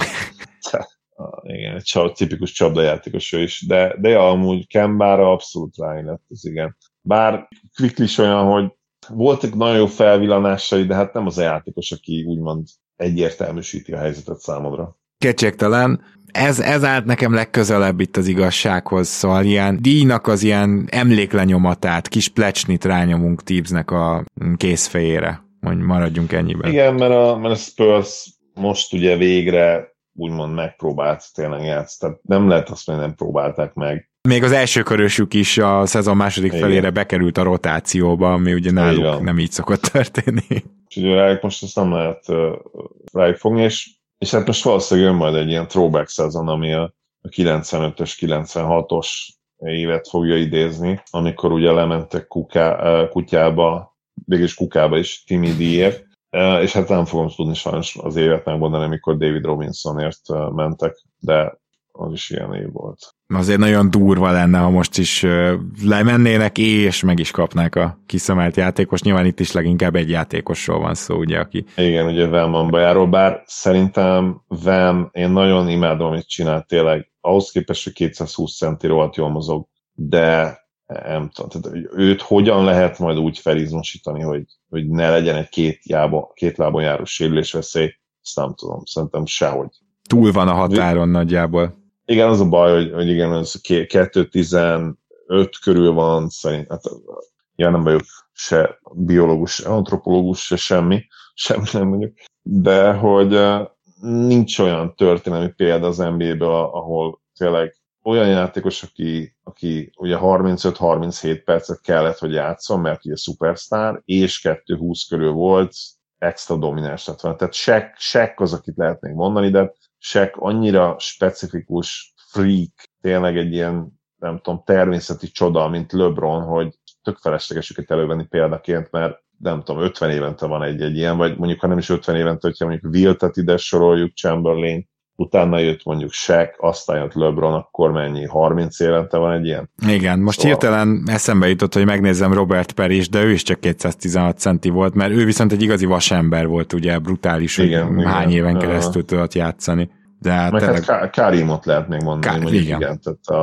Igen, egy csap, tipikus csapdajátékos ő is, de, de ja, amúgy Kembára abszolút ráillett, ez igen. Bár Quickley is olyan, hogy voltak nagyon jó felvillanásai, de hát nem az a játékos, aki úgymond egyértelműsíti a helyzetet számodra. Kétségtelen. Ez, ez állt nekem legközelebb itt az igazsághoz, szóval ilyen díjnak az ilyen emléklenyomatát, kis plecsnit rányomunk Tibbsnek a kézfejére, hogy maradjunk ennyiben. Igen, mert a, mert a Spurs most ugye végre úgymond megpróbált tényleg játsz, tehát nem lehet azt mondani, nem próbálták meg. Még az első körösük is a szezon második igen. felére bekerült a rotációba, ami ugye náluk igen. nem így szokott történni. Úgyhogy rájuk most ezt nem lehet uh, rájuk fogni, és És hát most valószínűleg jön majd egy ilyen throwback szezon, ami a kilencvenötös, kilencvenhatos évet fogja idézni, amikor ugye lementek kuká, kutyába, végülis kukába is Timmy D-ért, és hát nem fogom tudni sajnos az évet megmondani, amikor David Robinsonért mentek, de az is ilyen év volt. Azért nagyon durva lenne, ha most is lemennének, és meg is kapnák a kiszemelt játékos. Nyilván itt is leginkább egy játékosról van szó, ugye, aki... Igen, ugye Van Bajáról, bár szerintem Van, én nagyon imádom, amit csinál tényleg, ahhoz képest, hogy kétszázhúsz centi rohadt jól mozog, de nem tudom, tehát őt hogyan lehet majd úgy felizmosítani, hogy, hogy ne legyen egy két, jába, két lábon járó sérülésveszély, ezt nem tudom, szerintem sehogy. Túl van a határon Vi- nagyjából. Igen, az a baj, hogy, hogy igen, az kettő tizenöt körül van, szerint, hát ja, nem vagyok se biológus, se antropológus, se semmi, semmi nem mondjuk, de hogy uh, nincs olyan történelmi példa az en bé á-ből, ahol tényleg olyan játékos, aki, aki ugye harmincöt-harminchét percet kellett, hogy játszon, mert ugye szupersztár, és kettő húsz körül volt, extra domináns lett volna. Tehát Shaq, Shaq az, akit lehetnénk mondani, de Shaq annyira specifikus freak, tényleg egy ilyen, nem tudom, természeti csoda, mint LeBron, hogy tök felesleges őket elővenni példaként, mert nem tudom, ötven évente van egy-egy ilyen, vagy mondjuk, ha nem is ötven évente, hogyha mondjuk Wiltet ide soroljuk, Chamberlain, utána jött mondjuk Shaq, aztán jött LeBron, akkor mennyi? harminc évente van egy ilyen? Igen, most szóval... hirtelen eszembe jutott, hogy megnézzem Robert Perry is, de ő is csak kétszáztizenhat centi volt, mert ő viszont egy igazi vasember volt, ugye brutális, igen, hogy igen, hány éven keresztül tudott játszani. De meg tényleg... hát Karimot lehet még mondani, Ká... mondjuk igen. igen, tehát a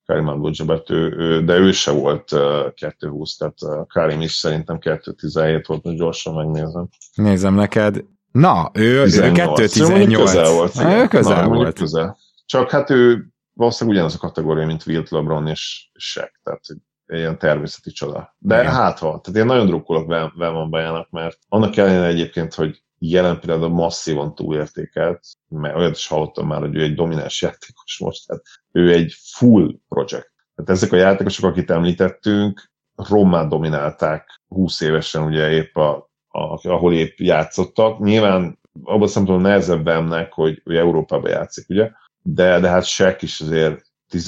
Karim Abdul-Jabbar, ő, ő, de ő se volt uh, kettő húsz, tehát uh, Karim is szerintem kettő tizenhét volt, most gyorsan megnézem. Nézem neked. Na, ő, ő kettő tizennyolc. Közel volt. Na, ő közel Na, volt. Közel. Csak hát ő valószínűleg ugyanaz a kategória, mint Wilt, LeBron és Shaq, tehát egy ilyen természeti csoda. De igen. Hát van, tehát én nagyon drukkolok Wembanyának, mert annak ellenére egyébként, hogy jelen pillanatban masszívan túlértékelt, mert olyat is hallottam már, hogy ő egy domináns játékos most, tehát ő egy full project. Tehát ezek a játékosok, akit említettünk, rommá dominálták húsz évesen, ugye épp a, a, ahol épp játszottak. Nyilván abban szempontból nehezebb Bamnek, hogy, hogy Európában játszik, ugye? De, de hát Shaq is azért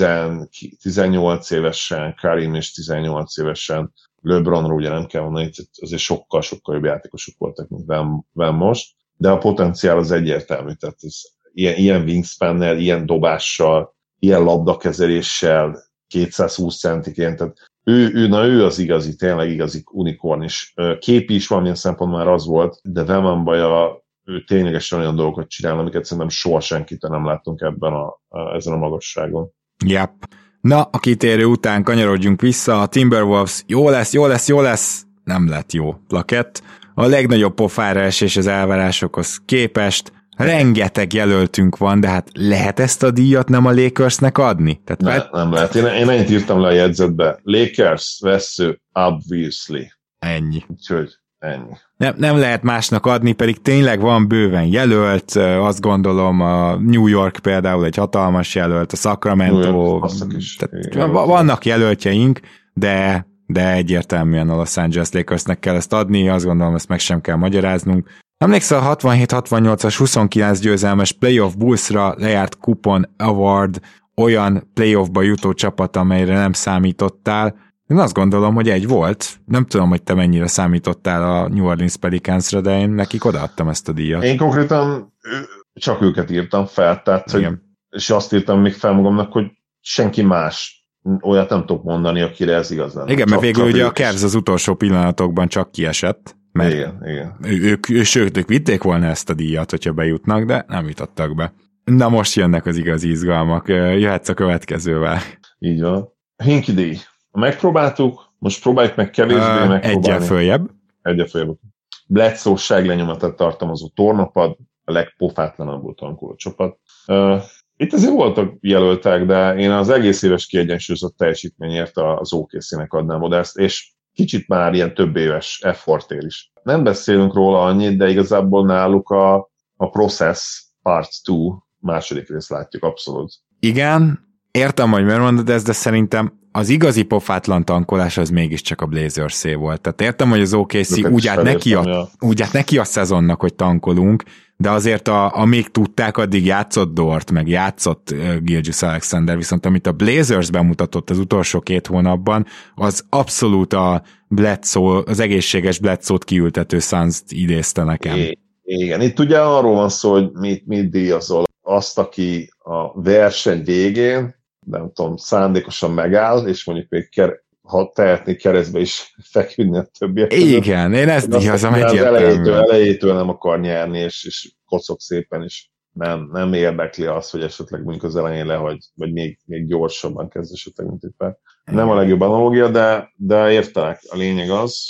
tizennyolc évesen, Karim is tizennyolc évesen, LeBronról ugye nem kell mondani, azért sokkal-sokkal jobb játékosok voltak, mint Bam most, de a potenciál az egyértelmű, tehát ez, ilyen, ilyen wingspannel, ilyen dobással, ilyen labdakezeléssel, kétszázhúsz centiként, tehát ő, ő, na ő az igazi, tényleg igazi unikorn is. Képi is valamilyen szempont már az volt, de Wembanyama ő ténylegesen olyan dolgokat csinál, amiket szerintem soha senkitől nem láttunk ebben a, a, ezen a magasságon. Yep. Na, a kitérő után kanyarodjunk vissza, a Timberwolves jó lesz, jó lesz, jó lesz, nem lett jó plakett. A legnagyobb pofára esés az elvárásokhoz képest, rengeteg jelöltünk van, de hát lehet ezt a díjat nem a Lakersnek adni? Tehát ne, mert... Nem lehet, én, én ennyit írtam le a jegyzetbe. Lakers, vesző, obviously. Ennyi. Úgyhogy ennyi. Nem, nem lehet másnak adni, pedig tényleg van bőven jelölt, azt gondolom a New York például egy hatalmas jelölt, a Sacramento, tehát vannak jelöltjeink, de, de egyértelműen a Los Angeles Lakersnek kell ezt adni, azt gondolom, ezt meg sem kell magyaráznunk. Emlékszel a hatvanhét hatvannyolcas huszonkilenc győzelmes Playoff Bullsra lejárt Coupon Award olyan playoffba jutó csapat, amelyre nem számítottál. Én azt gondolom, hogy egy volt. Nem tudom, hogy te mennyire számítottál a New Orleans Pelicansra, de én nekik odaadtam ezt a díjat. Én konkrétan csak őket írtam fel, tehát, hogy, és azt írtam még fel magamnak, hogy senki más olyat nem tudok mondani, akire ez igaz lenne. Igen, mert végül ugye a Cavs az utolsó pillanatokban csak kiesett. Mert igen, igen. Ők, ők, ők vitték volna ezt a díjat, hogyha bejutnak, de nem jutottak be. Na most jönnek az igazi izgalmak. Jöhetsz a következővel. Így van. Hinky díj. Megpróbáltuk, most próbáljuk meg kevésbé uh, megpróbálni. Egyel följebb. Egyel följebb. Bledsoe lenyomatot tartalmazó tornapad, a legpofátlanabbul tankoló csapat. Uh, itt azért voltak jelöltek, de én az egész éves kiegyensúlyozott teljesítményért az o ká cé-nek adnám oda ezt, és kicsit már ilyen több éves effortél is. Nem beszélünk róla annyit, de igazából náluk a, a Process Part kettő második részt látjuk abszolút. Igen, értem, hogy miért mondod ezt, de szerintem az igazi pofátlan tankolás az mégiscsak a Blazers-é volt. Tehát értem, hogy az o ká cé úgy állt, neki a, ja. úgy állt neki a szezonnak, hogy tankolunk, de azért a, amíg tudták, addig játszott Dort, meg játszott uh, Gilgeous-Alexander, viszont amit a Blazers bemutatott az utolsó két hónapban, az abszolút a Bledsoe, az egészséges Bledsoe-t kiültető Suns-t idézte nekem. É, igen, itt ugye arról van szó, hogy mit, mit díjazol. Azt, aki a verseny végén, nem tudom, szándékosan megáll, és mondjuk még ker- ha tehetnék keresztbe is feküdni a többiek. Igen, én ezt díjazom egyértelműen. Elejétől, elejétől nem akar nyerni, és, és kocog szépen is. Nem, nem érdekli az, hogy esetleg mondjuk az elején lehagy, vagy még, még gyorsabban kezd esetleg, mint egy pár. Nem a legjobb analógia, de, de értelek. A lényeg az,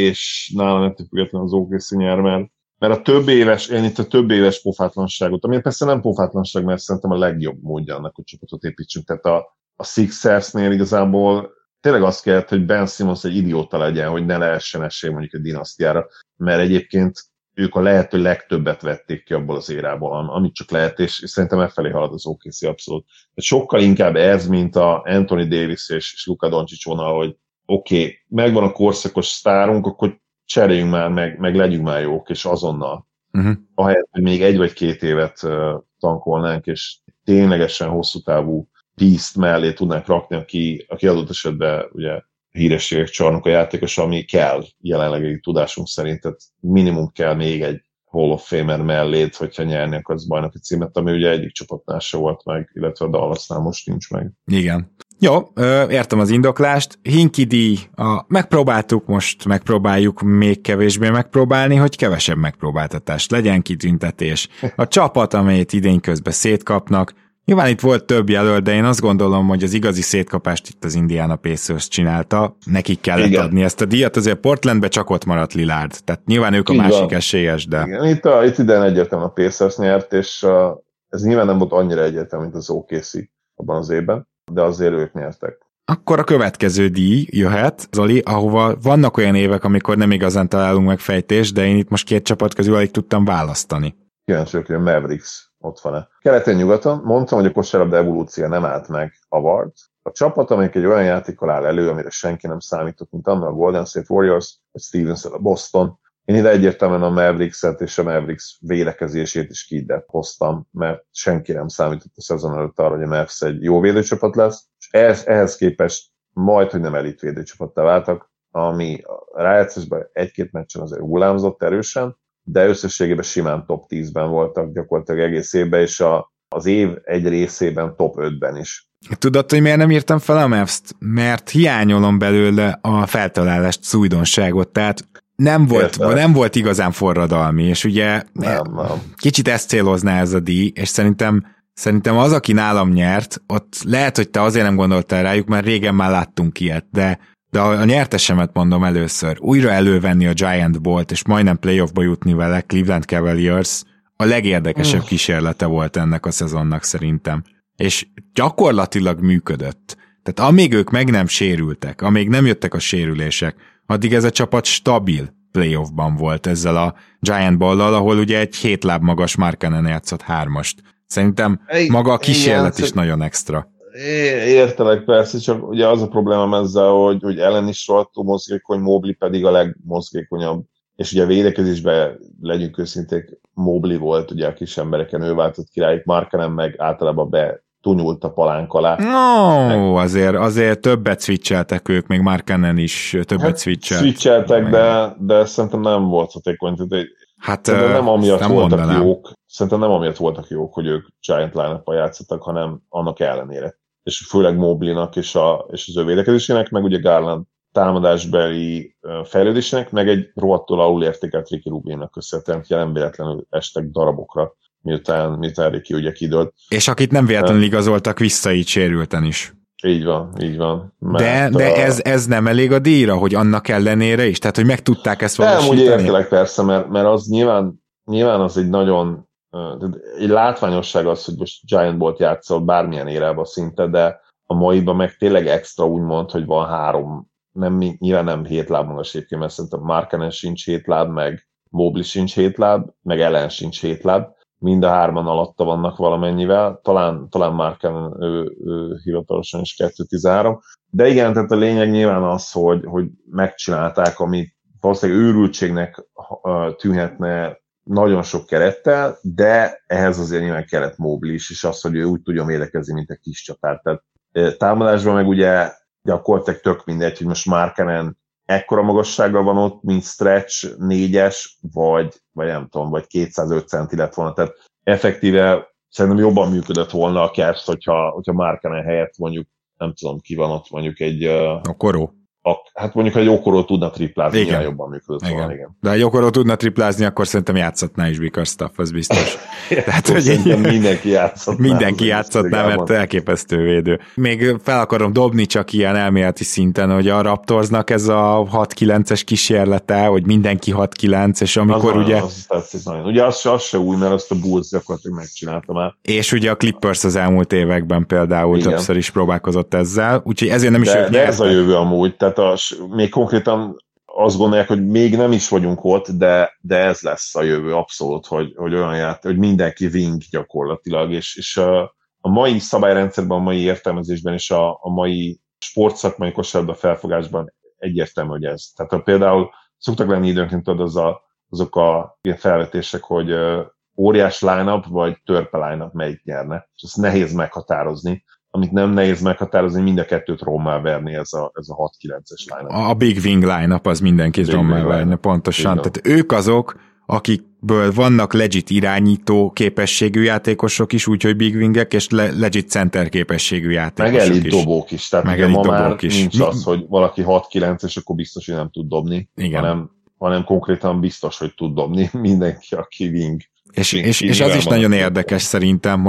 és nálam ettől függetlenül az o ká cé nyer, mert Mert a több éves, én itt a több éves pofátlanságot, ami persze nem pofátlanság, mert szerintem a legjobb módja annak, hogy csapatot építsünk. Tehát a, a Sixersnél igazából tényleg azt kellett, hogy Ben Simmons egy idióta legyen, hogy ne lehessen esély mondjuk a dinasztiára, mert egyébként ők a lehető legtöbbet vették ki abból az érából, amit csak lehet, és, és szerintem elfelé halad az o ká cé abszolút. Tehát sokkal inkább ez, mint a Anthony Davis és, és Luka Doncic vonal, hogy oké, okay, megvan a korszakos sztárunk, akkor cseréljünk már, meg, meg legyünk már jók, és azonnal. Uh-huh. Ahelyett, hogy még egy vagy két évet uh, tankolnánk, és ténylegesen hosszú távú pízt mellé tudnánk rakni, aki, aki adott esetben ugye hírességek csarnok a játékos, ami kell jelenlegi tudásunk szerint, tehát minimum kell még egy Hall of Famer mellét, hogyha nyerni akarsz bajnoki címet, ami ugye egyik csapatnál se volt meg, illetve a Dallasnál most nincs meg. Igen. Jó, értem az indoklást. Hinky díj, a, megpróbáltuk, most megpróbáljuk még kevésbé megpróbálni, hogy kevesebb megpróbáltatás legyen, kitüntetés. A csapat, amelyet idény közben szétkapnak, Nyilván itt volt több jelölt, de én azt gondolom, hogy az igazi szétkapást itt az Indiana Pacers csinálta, nekik kellett igen. adni ezt a díjat, azért Portlandbe csak ott maradt Lillard, tehát nyilván ők a így másik van. Esélyes, de... Igen, itt, a, itt idén egyértelműen a Pacers nyert, és a, ez nyilván nem volt annyira egyértelmű, mint az o ká cé abban az évben, de azért ők nyertek. Akkor a következő díj jöhet, Zoli, ahova vannak olyan évek, amikor nem igazán találunk meg fejtést, de én itt most két csapat közül alig tudtam választani. Kíváncsi vagyok, hogy a Mavericks ott van-e. Keleten-nyugaton mondtam, hogy a kosárlabda evolúció nem állt meg Award. A csapat, amelyik egy olyan játékkal áll elő, amire senki nem számított, mint annak a Golden State Warriors, vagy Stevens a Boston. Én ide egyértelműen a Mavericks-et és a Mavericks védekezését is ki hoztam, mert senki nem számított a szezon előtt arra, hogy a Mavs egy jó védőcsapat lesz, és ehhez, ehhez képest majd, hogy nem elit védőcsapattá váltak, ami a rájátszásban egy-két meccsen azért hullámzott erősen, de összességében simán top tízben voltak gyakorlatilag egész évben, és a, az év egy részében top ötben is. Tudod, hogy miért nem írtam fel a Mavs-t? Mert hiányolom belőle a feltalálást, újdonságot, tehát nem volt, nem volt igazán forradalmi, és ugye nem, nem. kicsit ezt célozná ez a díj, és szerintem, szerintem az, aki nálam nyert, ott lehet, hogy te azért nem gondoltál rájuk, mert régen már láttunk ilyet, de de a nyertesemet mondom először, újra elővenni a Giant Ballt, és majdnem playoffba jutni vele, Cleveland Cavaliers, a legérdekesebb uh. kísérlete volt ennek a szezonnak szerintem. És gyakorlatilag működött. Tehát amíg ők meg nem sérültek, amíg nem jöttek a sérülések, addig ez a csapat stabil playoffban volt ezzel a Giant Ball-lal, ahol ugye egy hét láb magas Markkanen játszott hármast. Szerintem maga a kísérlet is nagyon extra. Értelek persze, csak ugye az a problémám ezzel, hogy, hogy Allen is rohadtul mozgékony, Mobley pedig a legmozgékonyabb, és ugye a védekezésben legyünk őszinték, Mobley volt ugye a kis embereken, ő váltott királyuk, Markkanen meg általában betunyult a palánk alá. No, meg... azért, azért többet switcheltek ők, még Markkanen is többet hát, switchelt. Switcheltek, de, de szerintem nem volt hatékony. Hát szerintem nem amiatt nem voltak mondanám. jók, szerintem nem amiatt voltak jók, hogy ők Giant line-up-ban játszottak, hanem annak ellenére. És főleg Mobley-nak és, a, és az ő védekezésének, meg ugye Garland támadásbeli fejlődésének, meg egy rohadtul alulértékelt Ricky Rubinnak köszönhetően, hogy nem véletlenül estek darabokra, miután, miután Ricky ugye kidőlt. És akit nem véletlenül igazoltak vissza, így sérülten is. Így van, így van. De, de a... ez, ez nem elég a díjra, hogy annak ellenére is? Tehát, hogy meg tudták ezt valósítani? Nem, úgy értelek persze, mert, mert az nyilván, nyilván az egy nagyon egy látványosság az, hogy most Giant Ballt játszol bármilyen érában szinte, de a maiban meg tényleg extra úgy mond, hogy van három, nem, nyilván nem hét láb magas egyébként, mert szerintem Markkanen sincs hét láb, meg Mobley sincs hét láb, meg Allen sincs hét láb, mind a hárman alatta vannak valamennyivel, talán, talán Markkanen ő, ő hivatalosan is kettő tizenhárom, de igen, tehát a lényeg nyilván az, hogy, hogy megcsinálták, amit valószínűleg őrültségnek tűnhetne nagyon sok kerettel, de ehhez azért nyilván kellett Mobley is, és az, hogy ő úgy tudjon védekezni, mint egy kis csatár. Tehát támadásban meg ugye gyakorlatilag tök mindegy, hogy most Markkanen ekkora magassággal van ott, mint stretch négyes, vagy, vagy nem tudom, vagy kétszázöt centi lett volna. Tehát effektíve szerintem jobban működött volna a Cavs, hogyha, hogyha Markkanen helyett mondjuk, nem tudom, ki van ott, mondjuk egy... A koró. A, hát mondjuk, ha egy Okoró tudna triplázni, igen. jobban működött igen. volna, igen. De ha egy Okoró tudna triplázni, akkor szerintem játszhatná is Bickerstaff, az biztos. Tehát, hogy szerintem mindenki játszhatná. Mindenki játszhatná, mert elképesztő védő. Még fel akarom dobni csak ilyen elméleti szinten, hogy a Raptorsnak ez a hat kilences kísérlete, hogy mindenki hat kilenc, és amikor az ugye... Az, az, az, az, ugye az, az se új, mert azt a Bulls gyakorlatilag megcsinálta már. És ugye a Clippers az elmúlt években például igen. többször is próbálkozott ezzel, úgyhogy ezért nem is de, de ez a jövő amúgy, tehát a, még konkrétan azt gondolják, hogy még nem is vagyunk ott, de, de ez lesz a jövő abszolút, hogy, hogy olyan ját, hogy mindenki wing gyakorlatilag, és, és a, a mai szabályrendszerben, a mai értelmezésben és a, a mai sportszakmai kosárlabda felfogásban egyértelmű, hogy ez. Tehát a, például szoktak lenni időnként tudod az a, azok a ilyen felvetések, hogy uh, óriás line-up vagy törpe line-up melyik nyerne, és ezt nehéz meghatározni. Amit nem nehéz meghatározni, mind a kettőt rommá verni ez a, ez a hat kilences line-up. A Big Wing line-up az mindenkit rommá verni, pontosan. Igen. Tehát ők azok, akikből vannak legit irányító képességű játékosok is, úgyhogy Big Wingek, és le, legit center képességű játékosok meg elit is. dobók is. Tehát meg ugye ma már is. nincs az, hogy valaki hat kilenc, és akkor biztos, hogy nem tud dobni, igen. hanem, hanem konkrétan biztos, hogy tud dobni mindenki, aki wing. És, wing, és, és az is nagyon érdekes szerintem, hogy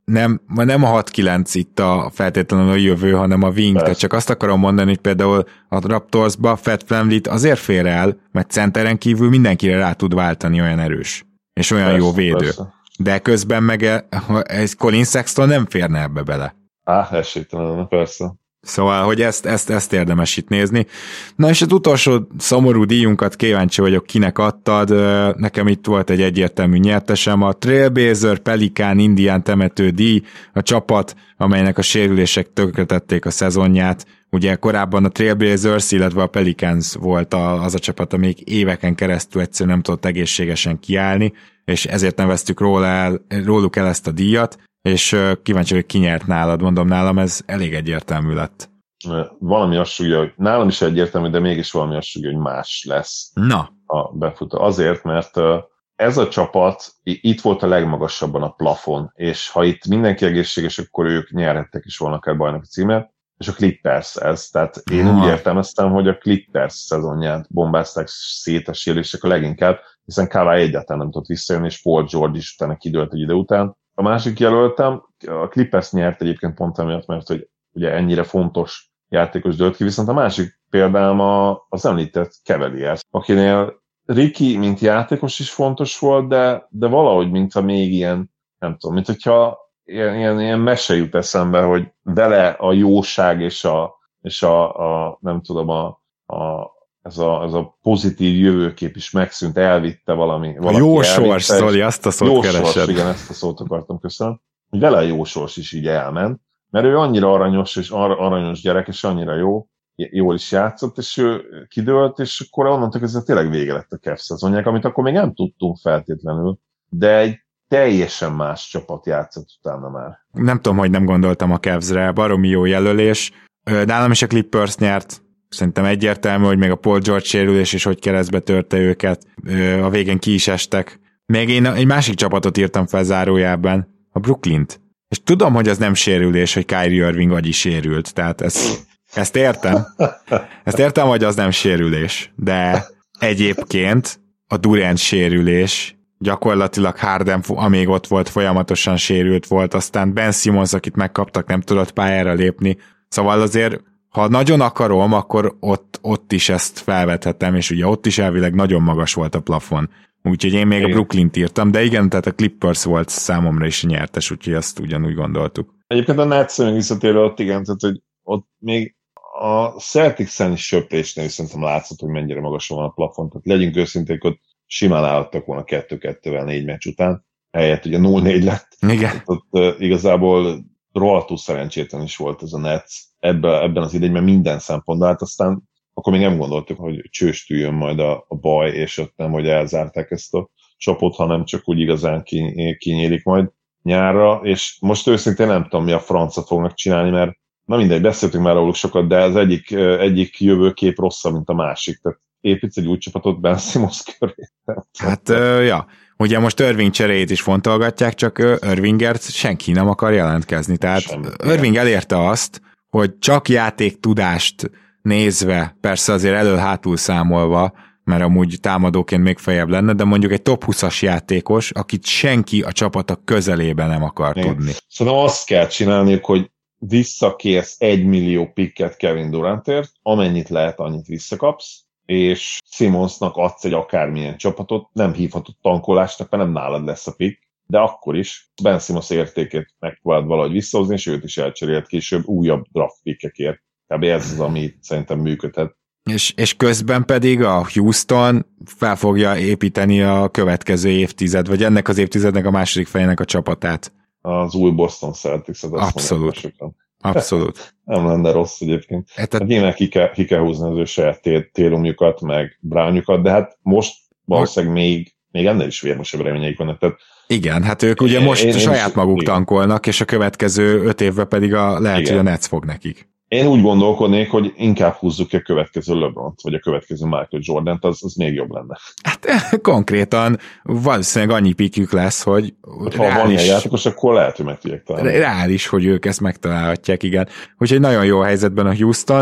nem, nem a hat kilenc itt a feltétlenül a jövő, hanem a wing, tehát csak azt akarom mondani, hogy például a Raptorsba Fat VanVleet azért fér el, mert centeren kívül mindenkire rá tud váltani, olyan erős, és olyan persze, jó védő. Persze. De közben meg ez Colin Sexton nem férne ebbe bele. Á, esélytelen, persze. Szóval, hogy ezt, ezt, ezt érdemes itt nézni. Na és az utolsó szomorú díjunkat kíváncsi vagyok, kinek adtad. Nekem itt volt egy egyértelmű nyertesem, a Trailblazer Pelikán Indián temető díj, a csapat, amelynek a sérülések tönkretették a szezonját. Ugye korábban a Trailblazers, illetve a Pelicans volt az a csapat, amelyik éveken keresztül egyszerűen nem tudott egészségesen kiállni, és ezért neveztük róla el, róluk el ezt a díjat, és kíváncsi, hogy ki nyert nálad, mondom, nálam ez elég egyértelmű lett. Valami azt sugja, hogy nálam is egyértelmű, de mégis valami azt sugja, hogy más lesz Na. a befutó. Azért, mert ez a csapat itt volt a legmagasabban a plafon, és ha itt mindenki egészséges, akkor ők nyerhettek is volna akár bajnoki címet, és a Clippers ez. Tehát én Na. úgy értelmeztem, hogy a Clippers szezonját bombázták szét a sérülések a leginkább, hiszen Kawhi egyáltalán nem tudott visszajönni, és Paul George is utána kidőlt egy idő után. A másik jelöltem, a Clippers nyert egyébként pont emiatt, mert hogy ugye ennyire fontos játékos dőlt ki, viszont a másik példám az említett Cavaliers, akinél Ricky, mint játékos is fontos volt, de, de valahogy, mintha még ilyen, nem tudom, mint hogyha ilyen, ilyen, ilyen mese jut eszembe, hogy vele a jóság és a, és a, a nem tudom, a, a Ez a, ez a pozitív jövőkép is megszűnt, elvitte valami. A jó sors, Zoli, azt a szót jó keresed. Sors, igen, ezt a szót akartam, köszönöm. Hogy vele a jó sors is így elment, mert ő annyira aranyos, és aranyos gyerek, és annyira jó, jól is játszott, és ő kidőlt, és akkor onnantól kezdve tényleg vége lett a Cavs szezonják, amit akkor még nem tudtunk feltétlenül, de egy teljesen más csapat játszott utána már. Nem tudom, hogy nem gondoltam a Cavsre, baromi jó jelölés. Nálam is a Clippers nyert, szerintem egyértelmű, hogy még a Paul George sérülés is, hogy keresztbe törte őket, a végén ki is estek. Még én egy másik csapatot írtam fel zárójában, a Brooklynt. És tudom, hogy az nem sérülés, hogy Kyrie Irving agyi sérült, tehát ezt, ezt értem. Ezt értem, hogy az nem sérülés, de egyébként a Durant sérülés, gyakorlatilag Harden, amíg ott volt, folyamatosan sérült volt, aztán Ben Simmons, akit megkaptak, nem tudott pályára lépni, szóval azért ha nagyon akarom, akkor ott, ott is ezt felvethetem, és ugye ott is elvileg nagyon magas volt a plafon. Úgyhogy én még igen. a Brooklynt írtam, de igen, tehát a Clippers volt számomra is nyertes, úgyhogy azt ugyanúgy gondoltuk. Egyébként a Nets-en visszatérve ott igen, tehát hogy ott még a Celtics-en is söprésnél szerintem látszott, hogy mennyire magasan van a plafon, tehát legyünk őszinték, ott simán állhattak volna kettő kettővel négy meccs után, helyett ugye nulla négy lett. Igen. Ott uh, igazából rohadtul szerencsétlen is volt ez a Nets ebben, ebben az idényben minden szempontból, hát aztán akkor még nem gondoltuk, hogy csőstüljön majd a, a baj, és ott nem, hogy elzárták ezt a csapot, hanem csak úgy igazán kinyílik majd nyárra, és most őszintén nem tudom, mi a francia fognak csinálni, mert na mindegy, beszéltünk már róluk sokat, de az egyik, egyik jövőkép rosszabb, mint a másik, tehát építsz egy új csapatot Ben Simmons köré. Hát, ja, ugye most Irving cseréjét is fontolgatják, csak Irvingert senki nem akar jelentkezni, tehát Semmi. Irving elérte azt, hogy csak játéktudást nézve, persze azért elől-hátul számolva, mert amúgy támadóként még feljebb lenne, de mondjuk egy top húszas játékos, akit senki a csapata közelében nem akar Igen. tudni. Szerintem azt kell csinálniuk, hogy visszakérsz egy millió pikket Kevin Durantért, amennyit lehet, annyit visszakapsz, és Simmonsnak adsz egy akármilyen csapatot, nem hívhatod tankolásnak, mert nem nálad lesz a pick, de akkor is Ben Simmons értékét megpróbáld valahogy visszahozni, és őt is elcserélt később újabb draft pickekért. Kb. Ez az, ami szerintem működhet. És, és közben pedig a Houston fel fogja építeni a következő évtized, vagy ennek az évtizednek a második fejének a csapatát. Az új Boston Celtics-et. Abszolút. Abszolút. Nem lenne rossz egyébként. Hát, hát nyilván ki kell, ki kell húzni az ő saját télumjukat, meg Brownjukat, de hát most valószínűleg még, még ennél is vérmesebb reményeik vannak. Tehát igen, hát ők ugye most én, saját én maguk igen. tankolnak, és a következő öt évben pedig a, lehet, igen. hogy a Nets fog nekik. Én úgy gondolkodnék, hogy inkább húzzuk ki a következő LeBront, vagy a következő Michael Jordant, az, az még jobb lenne. Hát konkrétan valószínűleg annyi pikjük lesz, hogy ha reális, van ilyen játékos, akkor lehet, hogy meg tudják találni. Reális, hogy ők ezt megtalálhatják, igen. Úgyhogy nagyon jó helyzetben a Houston,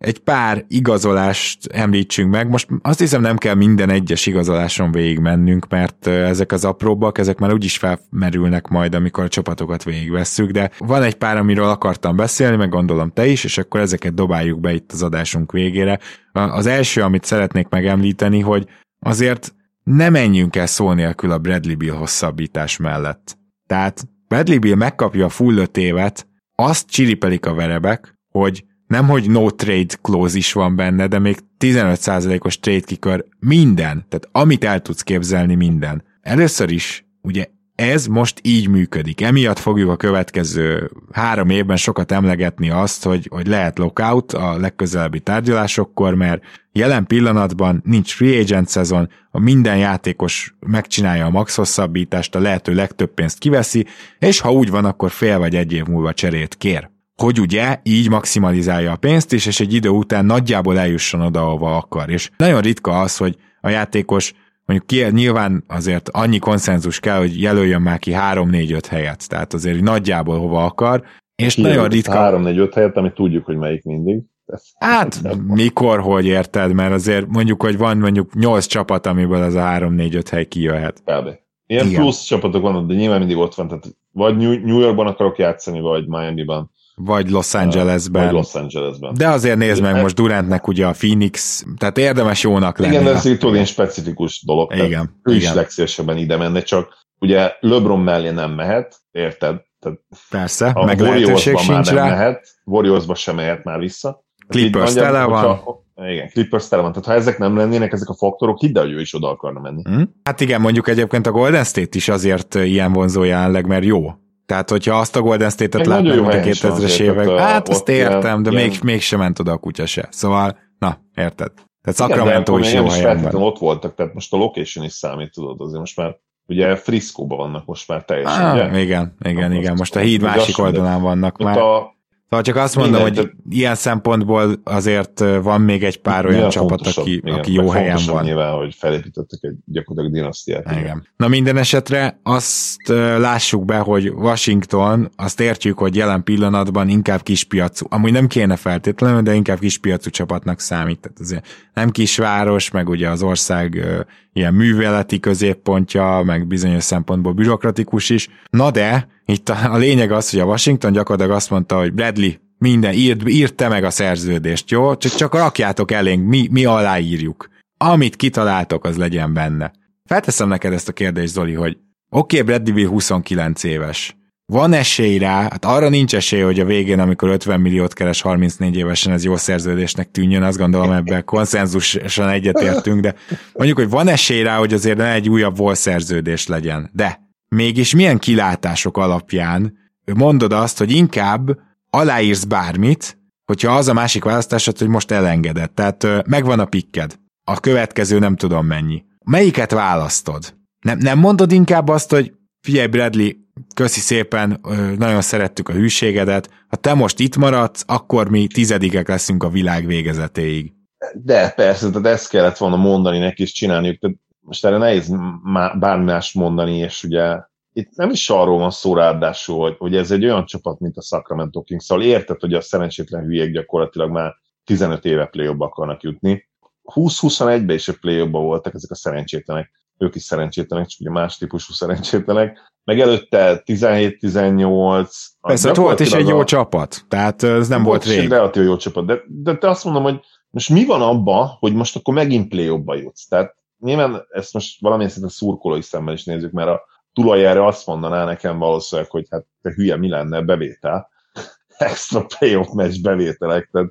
egy pár igazolást említsünk meg. Most azt hiszem nem kell minden egyes igazoláson végig mennünk, mert ezek az apróbbak, ezek már úgyis felmerülnek majd, amikor a csapatokat végigvesszük, de van egy pár, amiről akartam beszélni, meg gondolom te is, és akkor ezeket dobáljuk be itt az adásunk végére. Az első, amit szeretnék megemlíteni, hogy azért ne menjünk el szó nélkül a Bradley Beal hosszabbítás mellett. Tehát Bradley Beal megkapja a full öt évet, azt csiripelik a verebek, hogy nemhogy no trade clause is van benne, de még tizenöt százalékos trade kicker minden, tehát amit el tudsz képzelni, minden. Először is, ugye ez most így működik. Emiatt fogjuk a következő három évben sokat emlegetni azt, hogy, hogy lehet lockout a legközelebbi tárgyalásokkor, mert jelen pillanatban nincs free agent szezon, a minden játékos megcsinálja a max hosszabbítást, a lehető legtöbb pénzt kiveszi, és ha úgy van, akkor fél vagy egy év múlva cserét kér. Hogy ugye így maximalizálja a pénzt is, és egy idő után nagyjából eljusson oda, ahova akar. És nagyon ritka az, hogy a játékos mondjuk ki, nyilván azért annyi konszenzus kell, hogy jelöljön már ki három négy öt helyet, tehát azért nagyjából hova akar, és ki nagyon ritka... három négy öt helyet, amit tudjuk, hogy melyik mindig. Hát mikor, hogy érted, mert azért mondjuk, hogy van mondjuk nyolc csapat, amiből az a három négy öt hely kijöhet. Kb. Ilyen igen. Plusz csapatok vannak, de nyilván mindig ott van, tehát vagy New Yorkban akarok játszani, vagy Miamiban. Vagy Los Angelesben. Vagy Los Angelesben. De azért nézd meg most Durantnek ugye a Phoenix, tehát érdemes jónak lenni. Igen, de ez egy ilyen specifikus dolog. Igen. Ő igen. is legszívesebben ide menne, csak ugye LeBron mellé nem mehet, érted? Tehát persze, a meg lehetőség sincs rá. Nem mehet, Warriorsba sem mehet már vissza. Clippers tele van. Hogyha, igen, Clippers tele van. Tehát ha ezek nem lennének, ezek a faktorok, hidd el, hogy ő is oda akarna menni. Hmm. Hát igen, mondjuk egyébként a Golden State is azért ilyen vonzó jelenleg, mert jó. Tehát, hogyha azt a Golden State-et látnám, mint a kétezres évek, a, hát azt értem, de ilyen, még, mégsem ment oda a kutya se. Szóval, na, érted. Tehát Sacramento is jó helyen van. Ott voltak, tehát most a location is számít, tudod, azért most már ugye Frisco-ban vannak most már teljesen, ah, ugye? Igen, igen, Na, igen, most a híd másik oldalán vannak már. A, Szóval csak azt mondom, minden, hogy de... ilyen szempontból azért van még egy pár olyan csapat, aki, igen, aki jó helyen van. Nyilván, hogy felépítettek egy gyakorlatilag dinasztiát. Igen. Igen. Na minden esetre azt lássuk be, hogy Washington, azt értjük, hogy jelen pillanatban inkább kispiacú, amúgy nem kéne feltétlenül, de inkább kispiacú csapatnak számít. Tehát azért nem kisváros, meg ugye az ország ilyen műveleti középpontja, meg bizonyos szempontból bürokratikus is. Na de, itt a, a lényeg az, hogy a Washington gyakorlatilag azt mondta, hogy Bradley, minden, írd, írd te meg a szerződést, jó? Csak, csak rakjátok elénk, mi, mi aláírjuk. Amit kitaláltok, az legyen benne. Felteszem neked ezt a kérdést, Zoli, hogy oké, okay, Bradley huszonkilenc éves. Van esély rá, hát arra nincs esély, hogy a végén, amikor ötven milliót keres harmincnégy évesen, ez jó szerződésnek tűnjön, azt gondolom ebben konszenzusosan egyetértünk, de mondjuk, hogy van esély rá, hogy azért ne egy újabb volt szerződés legyen. De mégis milyen kilátások alapján mondod azt, hogy inkább aláírsz bármit, hogyha az a másik választásod, hogy most elengeded. Tehát megvan a pikked. A következő nem tudom mennyi. Melyiket választod? Nem, nem mondod inkább azt, hogy figyelj Bradley, köszi szépen, nagyon szerettük a hűségedet, ha te most itt maradsz, akkor mi tizedikek leszünk a világ végezetéig. De persze, de ezt kellett volna mondani neki, és csinálniuk. Tehát most erre nehéz bármi mást mondani, és ugye itt nem is arról van szó ráadásul, hogy, hogy ez egy olyan csapat, mint a Sacramento Kings, szóval érted, hogy a szerencsétlen hülyék gyakorlatilag már tizenöt éve play-offba akarnak jutni. húsz-huszonegyben is a play-offba voltak ezek a szerencsétlenek, ők is szerencsétlenek, csak ugye más típusú szerencsétlenek, meg előtte tizenhét tizennyolc. Persze, hogy volt is egy jó a... csapat, tehát ez nem volt, volt rég. Relatív jó csapat, de, de te azt mondom, hogy most mi van abba, hogy most akkor megint play-offba jutsz? Tehát nyilván ezt most valamilyen szinten szurkolói szemmel is nézzük, mert a tulajjára azt mondaná nekem valószínűleg, hogy hát te hülye, mi lenne bevétel? Extra play-off meccs bevételek, tehát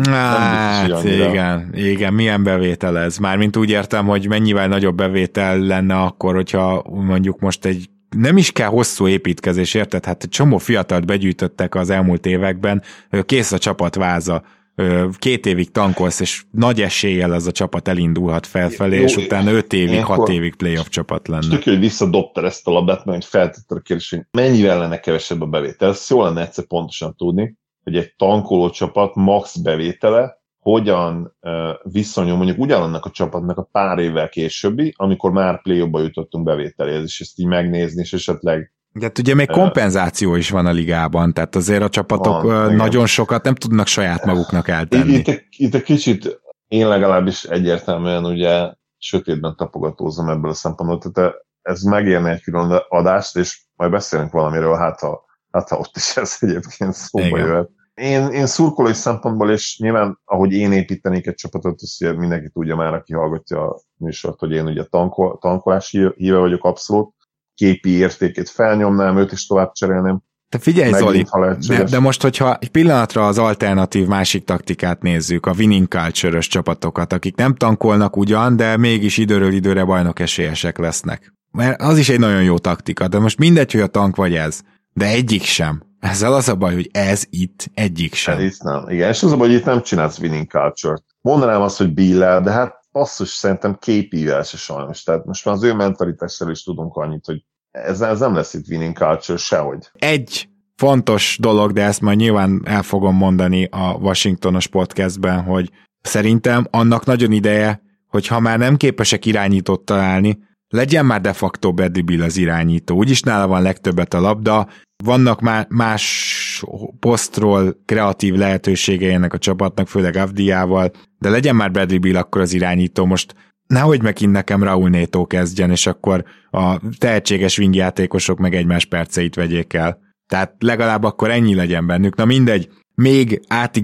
hát igen, igen, milyen bevétel ez? Mármint úgy értem, hogy mennyivel nagyobb bevétel lenne akkor, hogyha mondjuk most egy nem is kell hosszú építkezés, érted? Hát egy csomó fiatalt begyűjtöttek az elmúlt években, kész a csapat váza, két évig tankolsz, és nagy eséllyel ez a csapat elindulhat felfelé, jó, és utána öt évig, hat évig playoff csapat lenne. Tök, hogy visszadobtad ezt a labát, mert feltetted a kérdést, hogy mennyivel lenne kevesebb a bevétel. Ez jól lenne egyszer pontosan tudni, hogy egy tankoló csapat max bevétele hogyan uh, viszonyul mondjuk ugyanannak a csapatnak a pár évvel későbbi, amikor már play-offba jutottunk bevételéhez, és ezt így megnézni, és esetleg De hát ugye még kompenzáció is van a ligában, tehát azért a csapatok van, nagyon igen. sokat nem tudnak saját maguknak eltenni. Itt, itt, itt egy kicsit én legalábbis egyértelműen ugye sötétben tapogatózom ebből a szempontból, tehát ez megérne egy külön adást, és majd beszélünk valamiről, hát ha, hát ha ott is ez egyébként szóba jöhet. Én, én szurkolói szempontból, és nyilván, ahogy én építenék egy csapatot, azt ugye mindenki tudja már, aki hallgatja a műsort, hogy én ugye tankol, tankolás híve vagyok abszolút, képi értékét felnyomnám, őt is tovább cserélném. Te figyelj, Zoli, de, de most, hogyha egy pillanatra az alternatív másik taktikát nézzük, a winning culture-ös csapatokat, akik nem tankolnak ugyan, de mégis időről időre bajnok esélyesek lesznek. Mert az is egy nagyon jó taktika, de most mindegy, hogy a tank vagy ez, de egyik sem. Ezzel az a baj, hogy ez itt egyik sem. Ez nem. Igen, és az a baj, hogy itt nem csinálsz winning culture-t. Mondanám azt, hogy Bill-el, de hát basszus, szerintem ká pé-vel se sajnos. Tehát most már az ő mentalitással is tudunk annyit, hogy ez, ez nem lesz itt winning culture sehogy. Egy fontos dolog, de ezt majd nyilván el fogom mondani a Washingtonos podcastben, hogy szerintem annak nagyon ideje, hogy ha már nem képesek irányítót találni, legyen már de facto Bradley Beal az irányító. Úgyis nála van legtöbbet a labda, vannak már más posztról kreatív lehetőségei ennek a csapatnak, főleg Avdiával, de legyen már Bradley Beal akkor az irányító. Most nehogy megint nekem Raúl Neto kezdjen, és akkor a tehetséges wingjátékosok meg egymás perceit vegyék el. Tehát legalább akkor ennyi legyen bennük. Na mindegy, még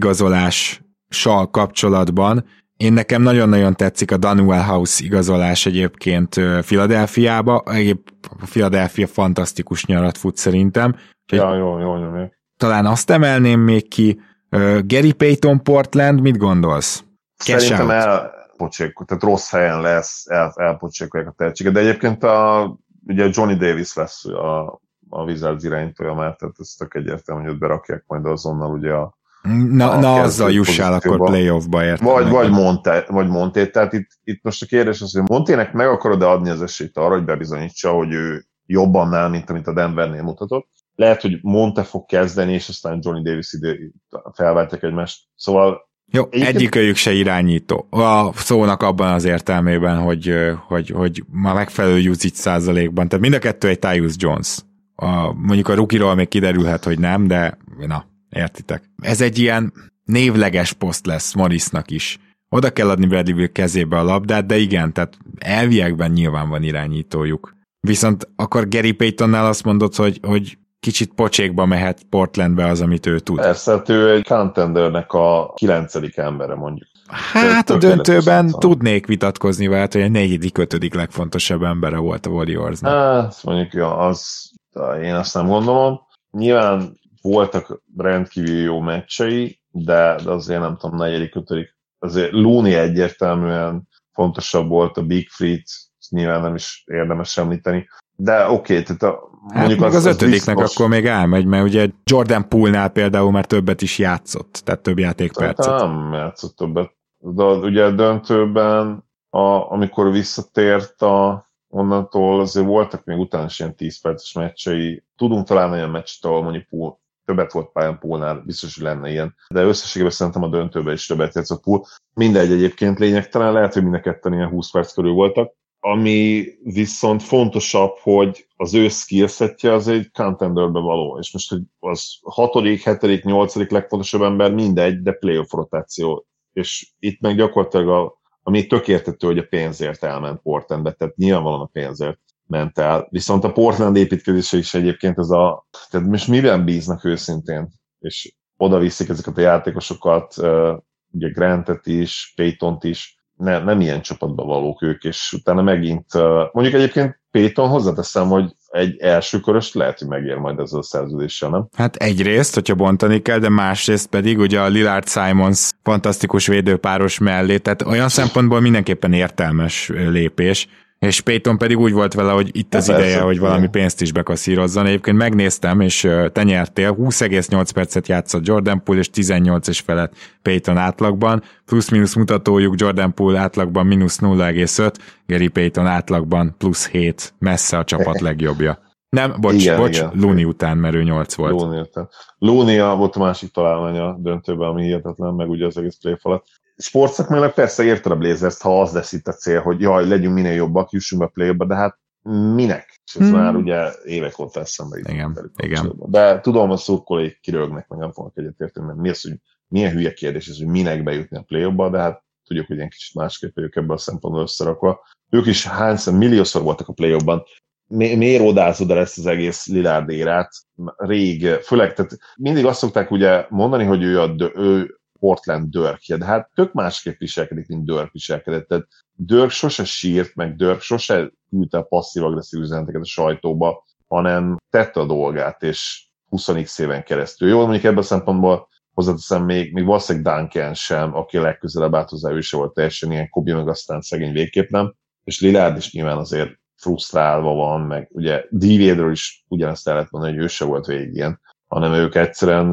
átigazolással kapcsolatban én nekem nagyon-nagyon tetszik a Danuel House igazolás egyébként Philadelphiába. Egyéb Philadelphia fantasztikus nyarat fut szerintem. Ja, jó, jó, jó, jó. Talán azt emelném még ki. Gary Payton Portland, mit gondolsz? Szerintem elpocsék, tehát rossz helyen lesz, el, elpocsékolják a tehetséget, de egyébként a, ugye Johnny Davis lesz a, a Wizards irányítója már, tehát ez tök egyértelmű, hogy ott berakják majd azonnal ugye a Na, a na azzal jussál akkor playoffba, értem. Vagy, vagy, Monte, vagy Monté, tehát itt, itt most a kérdés az, hogy Montének meg akarod-e adni az esélyt arra, hogy bebizonyítsa, hogy ő jobban nál, mint amit a Denvernél mutatott. Lehet, hogy Monte fog kezdeni, és aztán Johnny Davis idő felváltják egymást. Szóval jó, egyébként... egyikőjük se irányító. A szónak abban az értelmében, hogy, hogy, hogy ma megfelelő usage százalékban, tehát mind a kettő egy Tyus Jones. A, mondjuk a rookie-ról még kiderülhet, hogy nem, de na, értitek. Ez egy ilyen névleges poszt lesz Morrisnak is. Oda kell adni Bradley Beal kezébe a labdát, de igen, tehát elviekben nyilván van irányítójuk. Viszont akkor Gary Paytonnál azt mondod, hogy, hogy kicsit pocsékba mehet Portlandbe az, amit ő tud. Persze, hát ő egy contendernek a kilencedik embere mondjuk. Hát a döntőben tudnék vitatkozni veled, hogy a negyedik, ötödik legfontosabb embere volt a Warriorsnak. Hát mondjuk, ja, az, én azt nem gondolom. Nyilván voltak rendkívül jó meccsei, de, de azért nem tudom, negyedik, ötödik. Azért Looney egyértelműen fontosabb volt, a Big Free-t nyilván nem is érdemes említeni. De oké, okay, tehát a, hát mondjuk az, az ötödiknek biztos... akkor még elmegy, mert ugye Jordan Poole-nál például már többet is játszott, tehát több játékpercet. Nem játszott többet. De ugye a döntőben, a, amikor visszatért a, onnantól, azért voltak még utána is ilyen tíz perces meccsei. Tudunk talán olyan meccset, ahol mondjuk Poole, többet volt pályán Poole-nál, biztos, hogy lenne ilyen. De összességében szerintem a döntőben is többet játszott Poole. Mindegy egyébként lényegtelen, lehet, hogy mind a ketten ilyen húsz perc körül voltak. Ami viszont fontosabb, hogy az ő skillsetje az egy contenderbe való, és most hogy az hatodik, hetedik, nyolcadik legfontosabb ember mindegy, de playoff rotáció. És itt meg gyakorlatilag a, ami tök értető, hogy a pénzért elment Portlandbe, tehát nyilvánvalóan a pénzért ment el. Viszont a Portland építkezése is egyébként ez a, tehát most miben bíznak őszintén, és oda viszik ezeket a játékosokat, ugye Grantet is, Paytont is, Ne, nem ilyen csapatba valók ők, és utána megint, mondjuk egyébként Payton hozzáteszem, hogy egy első köröst lehet, hogy megér majd ezzel a szerződéssel, nem? Hát egyrészt, hogyha bontani kell, de másrészt pedig ugye a Lillard Simons fantasztikus védőpáros mellé, tehát olyan szempontból mindenképpen értelmes lépés, és Payton pedig úgy volt vele, hogy itt az ideje, hogy valami pénzt is bekaszírozzon. Egyébként megnéztem, és te nyertél, húsz egész nyolc percet játszott Jordan Poole, és tizennyolc és felett Payton átlagban, plusz-minusz mutatójuk Jordan Poole átlagban mínusz nulla egész öt, Gary Payton átlagban plusz hét, messze a csapat legjobbja. Nem, bocs, igen, bocs, igen. Looney után, mert ő nyolc volt. Looney után. Looney volt a másik találmány a döntőben, ami hihetetlen, meg ugye az egész playoff alatt. Sportszakmailag persze érted a Blazers, ha az lesz itt a cél, hogy jaj, legyünk minél jobbak, jussunk be a play-ba, de hát minek? És ez hmm. már ugye évek óta eszembe jutott. Igen, igen. De tudom, a szurkolóik kirögnek, meg nem fognak egyetérteni, mert mi az, hogy milyen hülye kérdés ez, hogy minek bejutni a play-offba, de hát tudjuk, hogy ilyen kicsit másképp vagyok ebből a szempontból összerakva. Ők is hányszor, milliószor voltak a play-offban. Mi, miért odázod el ezt az egész Lillard érát? Rég, főleg, tehát mindig azt szokták ugye mondani, hogy ő, a, ő Portland Dörkje, de hát tök másképp viselkedik, mint Dörk viselkedett. Tehát Dörk sose sírt, meg Dörk sose küldte a passzív-agresszív üzeneteket a sajtóba, hanem tette a dolgát, és húsz éven keresztül. Jó, mondjuk ebből a szempontból hozzáteszem még, még valószínűleg Duncan sem, aki a legközelebb állt hozzá, ő se volt teljesen ilyen, Kobe meg aztán szegény végképp nem, és Lillard is nyilván azért frusztrálva van, meg ugye D-Waderől is ugyanezt el lehet mondani, hogy ő se volt végig ilyen, hanem ők egyszerűen,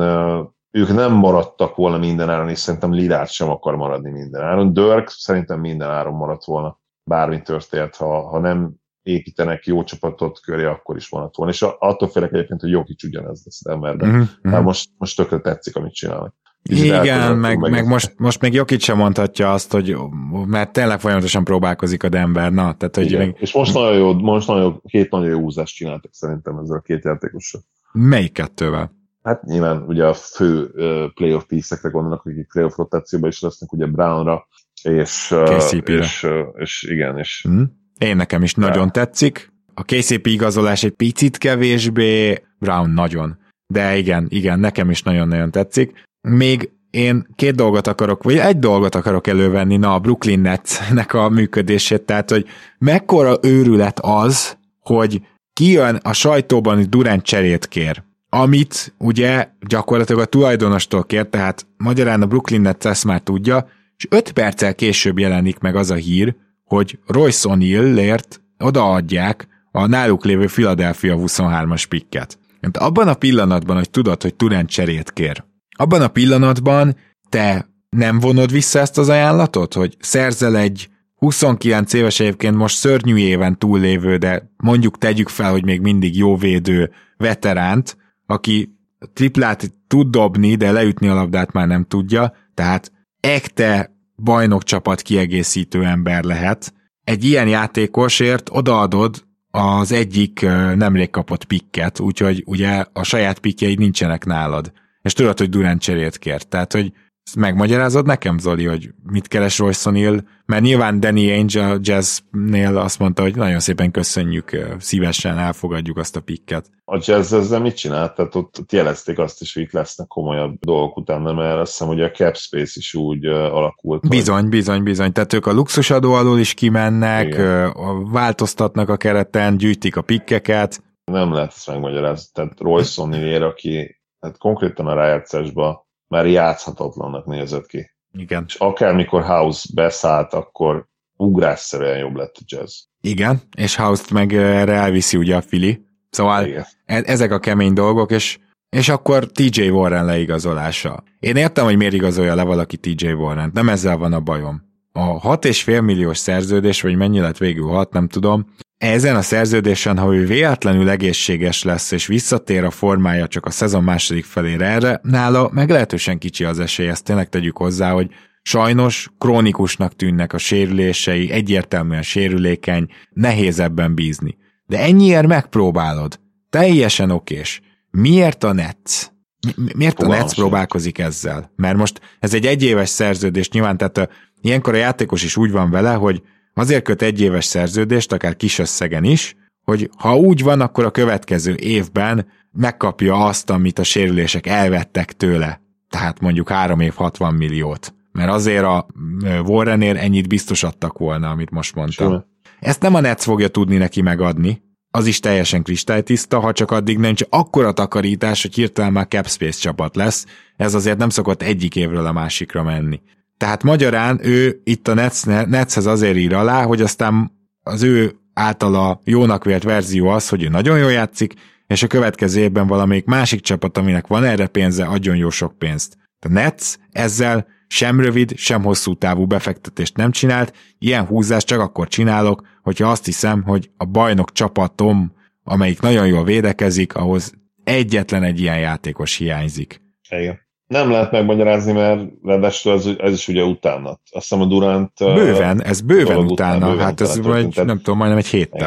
ők nem maradtak volna minden áron, és szerintem Lillard sem akar maradni minden áron. Dirk szerintem minden áron maradt volna, bármi történt, ha, ha nem építenek jó csapatot köré, akkor is maradt volna. És attól félek egyébként, hogy Jokic ugyanez lesz Denverben. Mm-hmm. Már most, most tökre tetszik, amit csinálnak. Igen, meg, meg most, most még Jokic sem mondhatja azt, hogy mert tényleg folyamatosan próbálkozik a Denver, na, tehát, hogy meg... És most nagyon jó, most nagyon jó, két nagyon jó húzást csináltak szerintem ezzel a két játékossal. Melyik kettővel? Hát nyilván ugye a fő uh, playoff piece-ekre gondolnak, akik playoff rotációban is lesznek, ugye Brownra, és, uh, és, uh, és igen, és... Mm. Én nekem is nagyon ja. tetszik. A ká cé pé igazolás egy picit kevésbé, Brown nagyon. De igen, igen, nekem is nagyon-nagyon tetszik. Még én két dolgot akarok, vagy egy dolgot akarok elővenni, na a Brooklyn Netsnek a működését, tehát, hogy mekkora őrület az, hogy kijön a sajtóban, hogy Durant cserét kér, amit ugye gyakorlatilag a tulajdonostól kér, tehát magyarán a Brooklyn Nets ezt már tudja, és öt perccel később jelenik meg az a hír, hogy Royce O'Neal-ért odaadják a náluk lévő Philadelphia huszonhármas pikket. Hát abban a pillanatban, hogy tudod, hogy Durant cserét kér, abban a pillanatban te nem vonod vissza ezt az ajánlatot, hogy szerzel egy huszonkilenc éves egyébként most szörnyű éven túllévő, de mondjuk tegyük fel, hogy még mindig jó védő veteránt, aki triplát tud dobni, de leütni a labdát már nem tudja, tehát ekte bajnokcsapat kiegészítő ember lehet. Egy ilyen játékosért odaadod az egyik nemrég kapott pikket, úgyhogy ugye a saját pikjeid nincsenek nálad. És tudod, hogy Durant cserét kért. Tehát, hogy megmagyarázod nekem, Zoli, hogy mit keres Royce O'Neal? Mert nyilván Danny Ainge a Jazznél azt mondta, hogy nagyon szépen köszönjük, szívesen elfogadjuk azt a pikket. A Jazz ezzel mit csinált? Tehát ott, ott jelezték azt is, hogy itt lesznek komolyabb dolgok utána, mert azt hiszem, hogy a cap space is úgy uh, alakult. Bizony, hogy... bizony, bizony. Tehát ők a luxusadó alól is kimennek, uh, változtatnak a kereten, gyűjtik a pikkeket. Nem lehet ezt megmagyarázni. Tehát Royce O'Neal, aki hát konkrétan a rájátszásban már játszhatatlannak nézett ki. Igen. És akármikor House beszállt, akkor ugrásszerűen jobb lett a Jazz. Igen, és House-t meg erre elviszi ugye a Philly. Szóval igen. Ezek a kemény dolgok, és, és akkor té jé Warren leigazolása. Én értem, hogy miért igazolja le valaki té jé Warrent, nem ezzel van a bajom. A hat és fél milliós szerződés, vagy mennyi lett végül hat, nem tudom, ezen a szerződésen, ha ő véletlenül egészséges lesz, és visszatér a formája csak a szezon második felére erre, nála meglehetősen kicsi az esély, ezt tényleg tegyük hozzá, hogy sajnos krónikusnak tűnnek a sérülései, egyértelműen sérülékeny, nehéz ebben bízni. De ennyiért megpróbálod. Teljesen okés. Miért a Nets? Mi- miért a Nets próbálkozik ezzel? Mert most ez egy egyéves szerződés, nyilván, tehát a, ilyenkor a játékos is úgy van vele, hogy azért köt egy éves szerződést, akár kis összegen is, hogy ha úgy van, akkor a következő évben megkapja azt, amit a sérülések elvettek tőle. Tehát mondjuk három év hatvan milliót. Mert azért a Warrenért ennyit biztos adtak volna, amit most mondtam. Sure. Ezt nem a Nets fogja tudni neki megadni, az is teljesen kristálytiszta, ha csak addig nincs akkora takarítás, hogy hirtelen már cap space csapat lesz, ez azért nem szokott egyik évről a másikra menni. Tehát magyarán ő itt a Nets, Netshez azért ír alá, hogy aztán az ő általa jónak vélt verzió az, hogy ő nagyon jól játszik, és a következő évben valamelyik másik csapat, aminek van erre pénze, adjon jó sok pénzt. A Nets ezzel sem rövid, sem hosszú távú befektetést nem csinált, ilyen húzást csak akkor csinálok, hogyha azt hiszem, hogy a bajnok csapatom, amelyik nagyon jól védekezik, ahhoz egyetlen egy ilyen játékos hiányzik. Igen. Nem lehet megmagyarázni, mert ráadásul ez, ez is ugye utána. Azt hiszem a Durant... Bőven, ez bőven utána, után, bőven hát ez vagy, történt, nem tudom, majdnem egy héttel. Igen.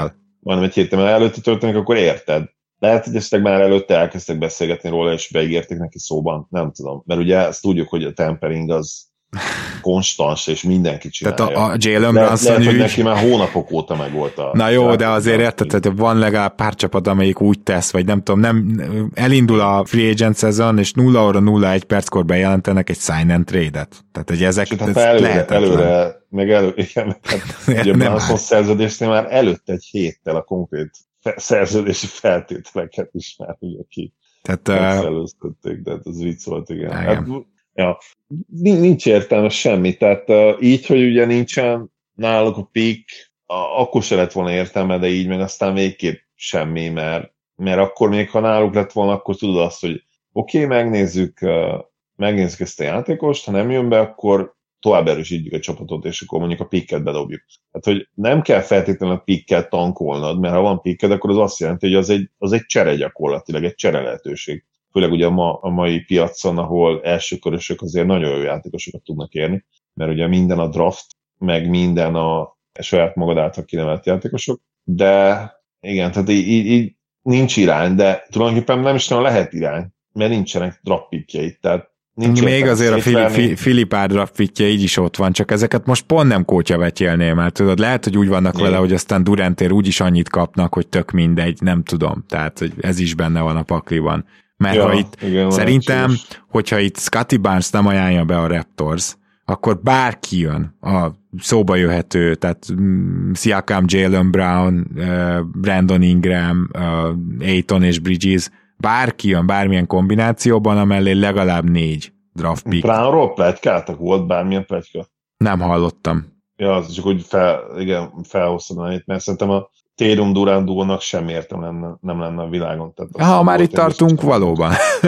majdnem egy héttel előtte történik, akkor érted. Lehet, hogy esetleg már előtte elkezdtek beszélgetni róla, és beígérték neki szóban, nem tudom. Mert ugye ezt tudjuk, hogy a tempering az konstans, és mindenki csinálja. Tehát a, a Jalen Brunson ügy... hogy neki már hónapok óta megvolt a... Na jó, de azért érted, tehát van legalább pár csapat, amelyik úgy tesz, vagy nem tudom, nem, elindul a free agent szezon, és nulla óra nulla egy perckor bejelentenek egy sign and trade-et. Tehát, hogy ezek ez hát előre, lehetetlen. Előre, meg elő, igen, hát, ugye a Brunson szerződésnél már előtt egy héttel a konkrét szerződési feltételeket is már ugye ki megfelőztették, de hát ez vicc volt, igen. Hát, ja, nincs értelme semmi, tehát uh, így, hogy ugye nincsen náluk a pick, uh, akkor se lett volna értelme, de így meg aztán végképp semmi, mert, mert akkor még ha náluk lett volna, akkor tudod azt, hogy oké, okay, megnézzük, uh, megnézzük ezt a játékost, ha nem jön be, akkor tovább erősítjük a csapatot, és akkor mondjuk a picket bedobjuk. Tehát, hogy nem kell feltétlenül a picket tankolnod, mert ha van picked, akkor az azt jelenti, hogy az egy, az egy csere gyakorlatilag, egy csere lehetőség. Főleg ugye a, ma, a mai piacon, ahol elsőkörösök azért nagyon jó játékosokat tudnak érni, mert ugye minden a draft, meg minden a saját magad által kinevelt játékosok, de igen, tehát így, így, így nincs irány, de tulajdonképpen nem is nagyon lehet irány, mert nincsenek draft pickjeid, tehát nincs még azért a Filip, Filipár draftpickje így is ott van, csak ezeket most pont nem kótyavetjelnél, mert tudod, lehet, hogy úgy vannak vele, hogy aztán Durantért úgyis annyit kapnak, hogy tök mindegy, nem tudom, tehát hogy ez is benne van a pakliban. Mert ja, ha itt, igen, szerintem, lehetséges. Hogyha itt Scottie Barnes nem ajánlja be a Raptors, akkor bárki jön, a szóba jöhető, tehát um, Siakam, Jalen Brown, uh, Brandon Ingram, uh, Ayton és Bridges, bárki jön bármilyen kombinációban, amellé legalább négy draft pick. Brownról pletykáltak? Volt bármilyen pletyka? Nem hallottam. Ja, az csak úgy fel, igen, felhoztam itt, mert szerintem a Tatum Durant duónak sem értem lenne, nem lenne a világon. Tehát ha már itt tartunk, valóban.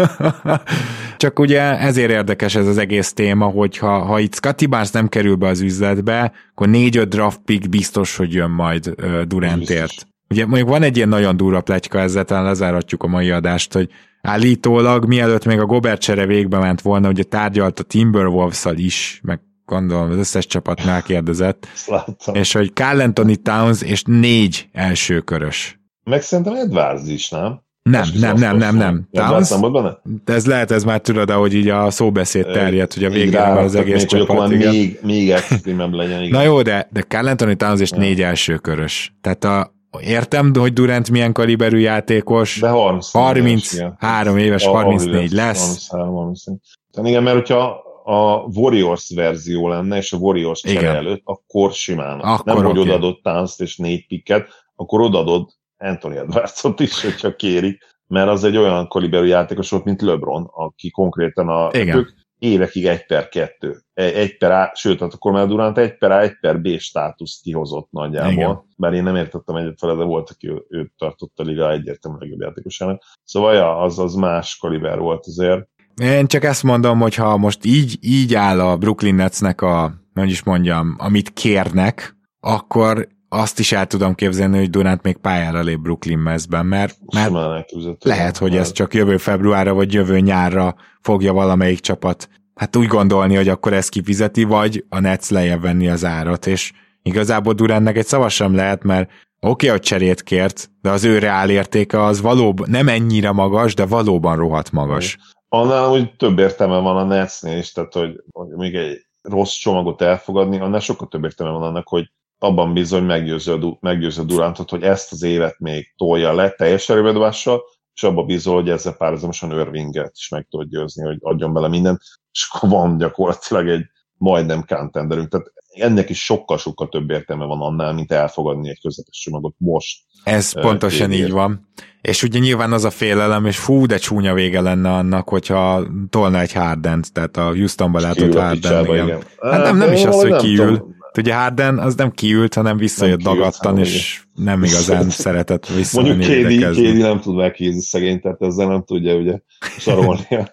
Csak ugye ezért érdekes ez az egész téma, hogy ha, ha itt Scottie Barnes nem kerül be az üzletbe, akkor négy-öt draft pick biztos, hogy jön majd uh, Durantért. Ugye mondjuk van egy ilyen nagyon durva pletyka, ezzel talán lezáratjuk a mai adást, hogy állítólag mielőtt még a Gobert csere végbe ment volna, ugye tárgyalt a Timberwolves-szal is, meg gondolom az összes csapatnál kérdezett, és hogy Karl Anthony Towns és négy elsőkörös. Meg szerintem Edwards is, nem? Nem, nem, nem, nem, nem. Towns, nem volt benne? De ez lehet, ez már tudod, ahogy így a szóbeszéd terjedt, hogy a végén van az egész még, csapat. Még, még extrémebb legyen. Igen. Na jó, de, de Karl Anthony Towns és ja. négy elsőkörös. Tehát a értem, hogy Durant milyen kaliberű játékos. De harminchárom éves, harmincnégy lesz. harminchárom, harmincnégy. Tehát igen, mert hogyha a Warriors verzió lenne, és a Warriors csere előtt, akkor simán. Akkor nem, okay. hogy odaadott Towns-t és négy picket, akkor odaadod Anthony Edwardsot is, hogyha kérik, mert az egy olyan kaliberű játékos volt, mint LeBron, aki konkrétan a ők évekig egy per kettő. Egy per A, sőt, akkor már Durant egy per A, egy per B státuszt kihozott nagyjából. Igen. Bár én nem értettem egyet fel, de volt, aki ő, ő tartott a liga egyértelműen legjobb játékosának. Szóval ja, az, az más kaliber volt azért. Én csak ezt mondom, hogy ha most így, így áll a Brooklyn Netsnek a, hogy is mondjam, amit kérnek, akkor azt is el tudom képzelni, hogy Durant még pályára lép Brooklyn mezben, mert, mert lehet, hogy ez csak jövő februárra vagy jövő nyárra fogja valamelyik csapat hát úgy gondolni, hogy akkor ezt kifizeti, vagy a Nets lejjebb venni az árat, és igazából Durantnek egy szava sem lehet, mert oké, okay, hogy cserét kért, de az ő reál értéke az valóban nem ennyire magas, de valóban rohadt magas. Annál úgy több értelme van a Netsnél is, tehát hogy, hogy még egy rossz csomagot elfogadni, annál sokkal több értelme van annak, hogy abban bizony meggyőző, meggyőző Durantot, hogy ezt az évet még tolja le teljes erőbedobással, és abban bízol, hogy ezzel párhuzamosan Irvinget is meg tudod győzni, hogy adjon bele mindent, és akkor van gyakorlatilag egy majdnem contenderünk. Tehát ennek is sokkal-sokkal több értelme van annál, mint elfogadni egy közepes csomagot most. Ez uh, pontosan így van. És ugye nyilván az a félelem, és fú, de csúnya vége lenne annak, hogyha tolna egy Hardent, tehát a Houstonba látott Harden. Igen. Igen. Hát nem, nem is az, hogy kiül. Ugye Harden az nem kiült, hanem visszajött nem dagadtan, kiült, és nem igazán szeretett visszamenni. Mondjuk Kédi, Kédi nem tud meghízni szegény, tehát ezzel nem tudja ugye sarolni.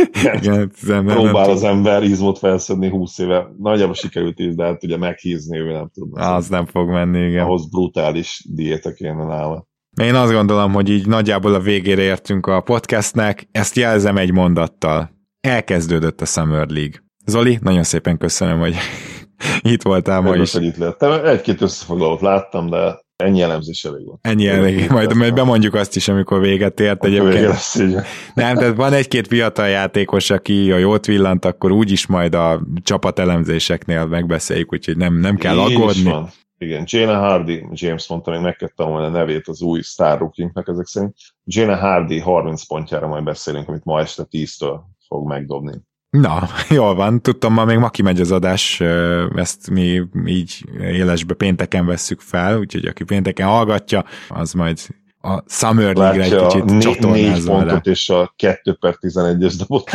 Igen, próbál az ember izmot felszedni húsz éve. Nagyjából sikerült is, de hát ugye meghízni ő nem tud. Az nem fog menni, igen. Ahhoz brutális diéta kéne nála. Én azt gondolom, hogy így nagyjából a végére értünk a podcastnek, ezt jelzem egy mondattal. Elkezdődött a Summer League. Zoli, nagyon szépen köszönöm, hogy itt voltál ma is. Itt lettem. Egy-két összefoglalót láttam, de Ennyi elemzés elég van. Ennyi elég, majd, majd bemondjuk azt is, amikor véget ért egyébként. Vége lesz, nem, tehát van egy-két fiatal játékos, aki, ha jót villant, akkor úgyis majd a csapatelemzéseknél megbeszéljük, úgyhogy nem, nem kell aggódni. Igen, Jalen Hardy, James mondta, még meg kell tanulni a nevét az új sztár rookinknak ezek szerint. Jalen Hardy harminc pontjára majd beszélünk, amit ma este tíztől fog megdobni. Na, jól van, tudtam, ma még ma kimegy az adás, ezt mi így élesbe pénteken vesszük fel, úgyhogy aki pénteken hallgatja, az majd a Summer League-re egy kicsit né- csatornázva. négy pontot és a kettő per tizenegyes dobott.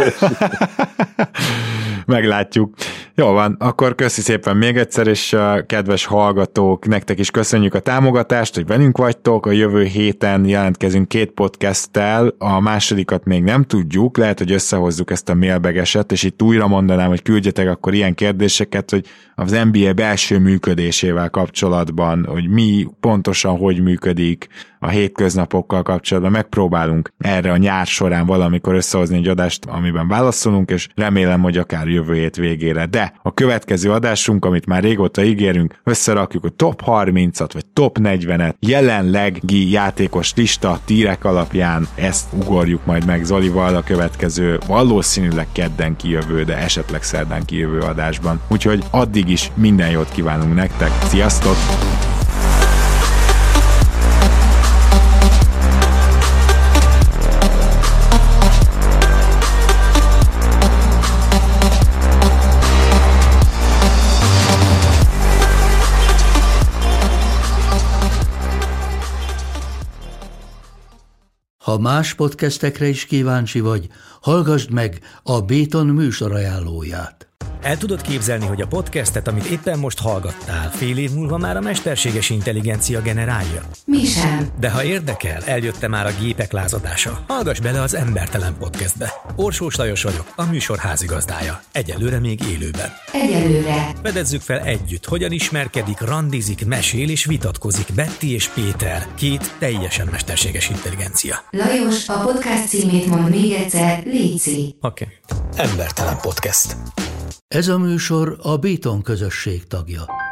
Meglátjuk. Jó van, akkor köszi szépen még egyszer, és a kedves hallgatók, nektek is köszönjük a támogatást, hogy velünk vagytok, a jövő héten jelentkezünk két podcasttel, a másodikat még nem tudjuk, lehet, hogy összehozzuk ezt a mailbageset, és itt újra mondanám, hogy küldjetek akkor ilyen kérdéseket, hogy az en bé á belső működésével kapcsolatban, hogy mi pontosan hogy működik a hétköznapokkal kapcsolatban, megpróbálunk erre a nyár során valamikor összehozni egy adást, amiben válaszolunk, és remélem, hogy akár jövő hét végére. De a következő adásunk, amit már régóta ígérünk, összerakjuk a top harmincat, vagy top negyvenet, jelenlegi játékos lista, tírek alapján, ezt ugorjuk majd meg Zolival a következő, valószínűleg kedden kijövő, de esetleg szerdán kijövő adásban. Úgyhogy addig is minden jót kívánunk nektek. Sziasztok! Ha más podcastekre is kíváncsi vagy, hallgassd meg a Béton műsor ajánlóját. El tudod képzelni, hogy a podcastet, amit éppen most hallgattál, fél év múlva már a mesterséges intelligencia generálja? Mi sem. De ha érdekel, eljött már a gépek lázadása. Hallgass bele az Embertelen Podcastbe. Orsós Lajos vagyok, a műsor házigazdája. Egyelőre még élőben. Egyelőre. Fedezzük fel együtt, hogyan ismerkedik, randizik, mesél és vitatkozik Betty és Péter, két teljesen mesterséges intelligencia. Lajos, a podcast címét mond még egyszer, léci. Oké. Okay. Embertelen Podcast. Ez a műsor a Béton közösség tagja.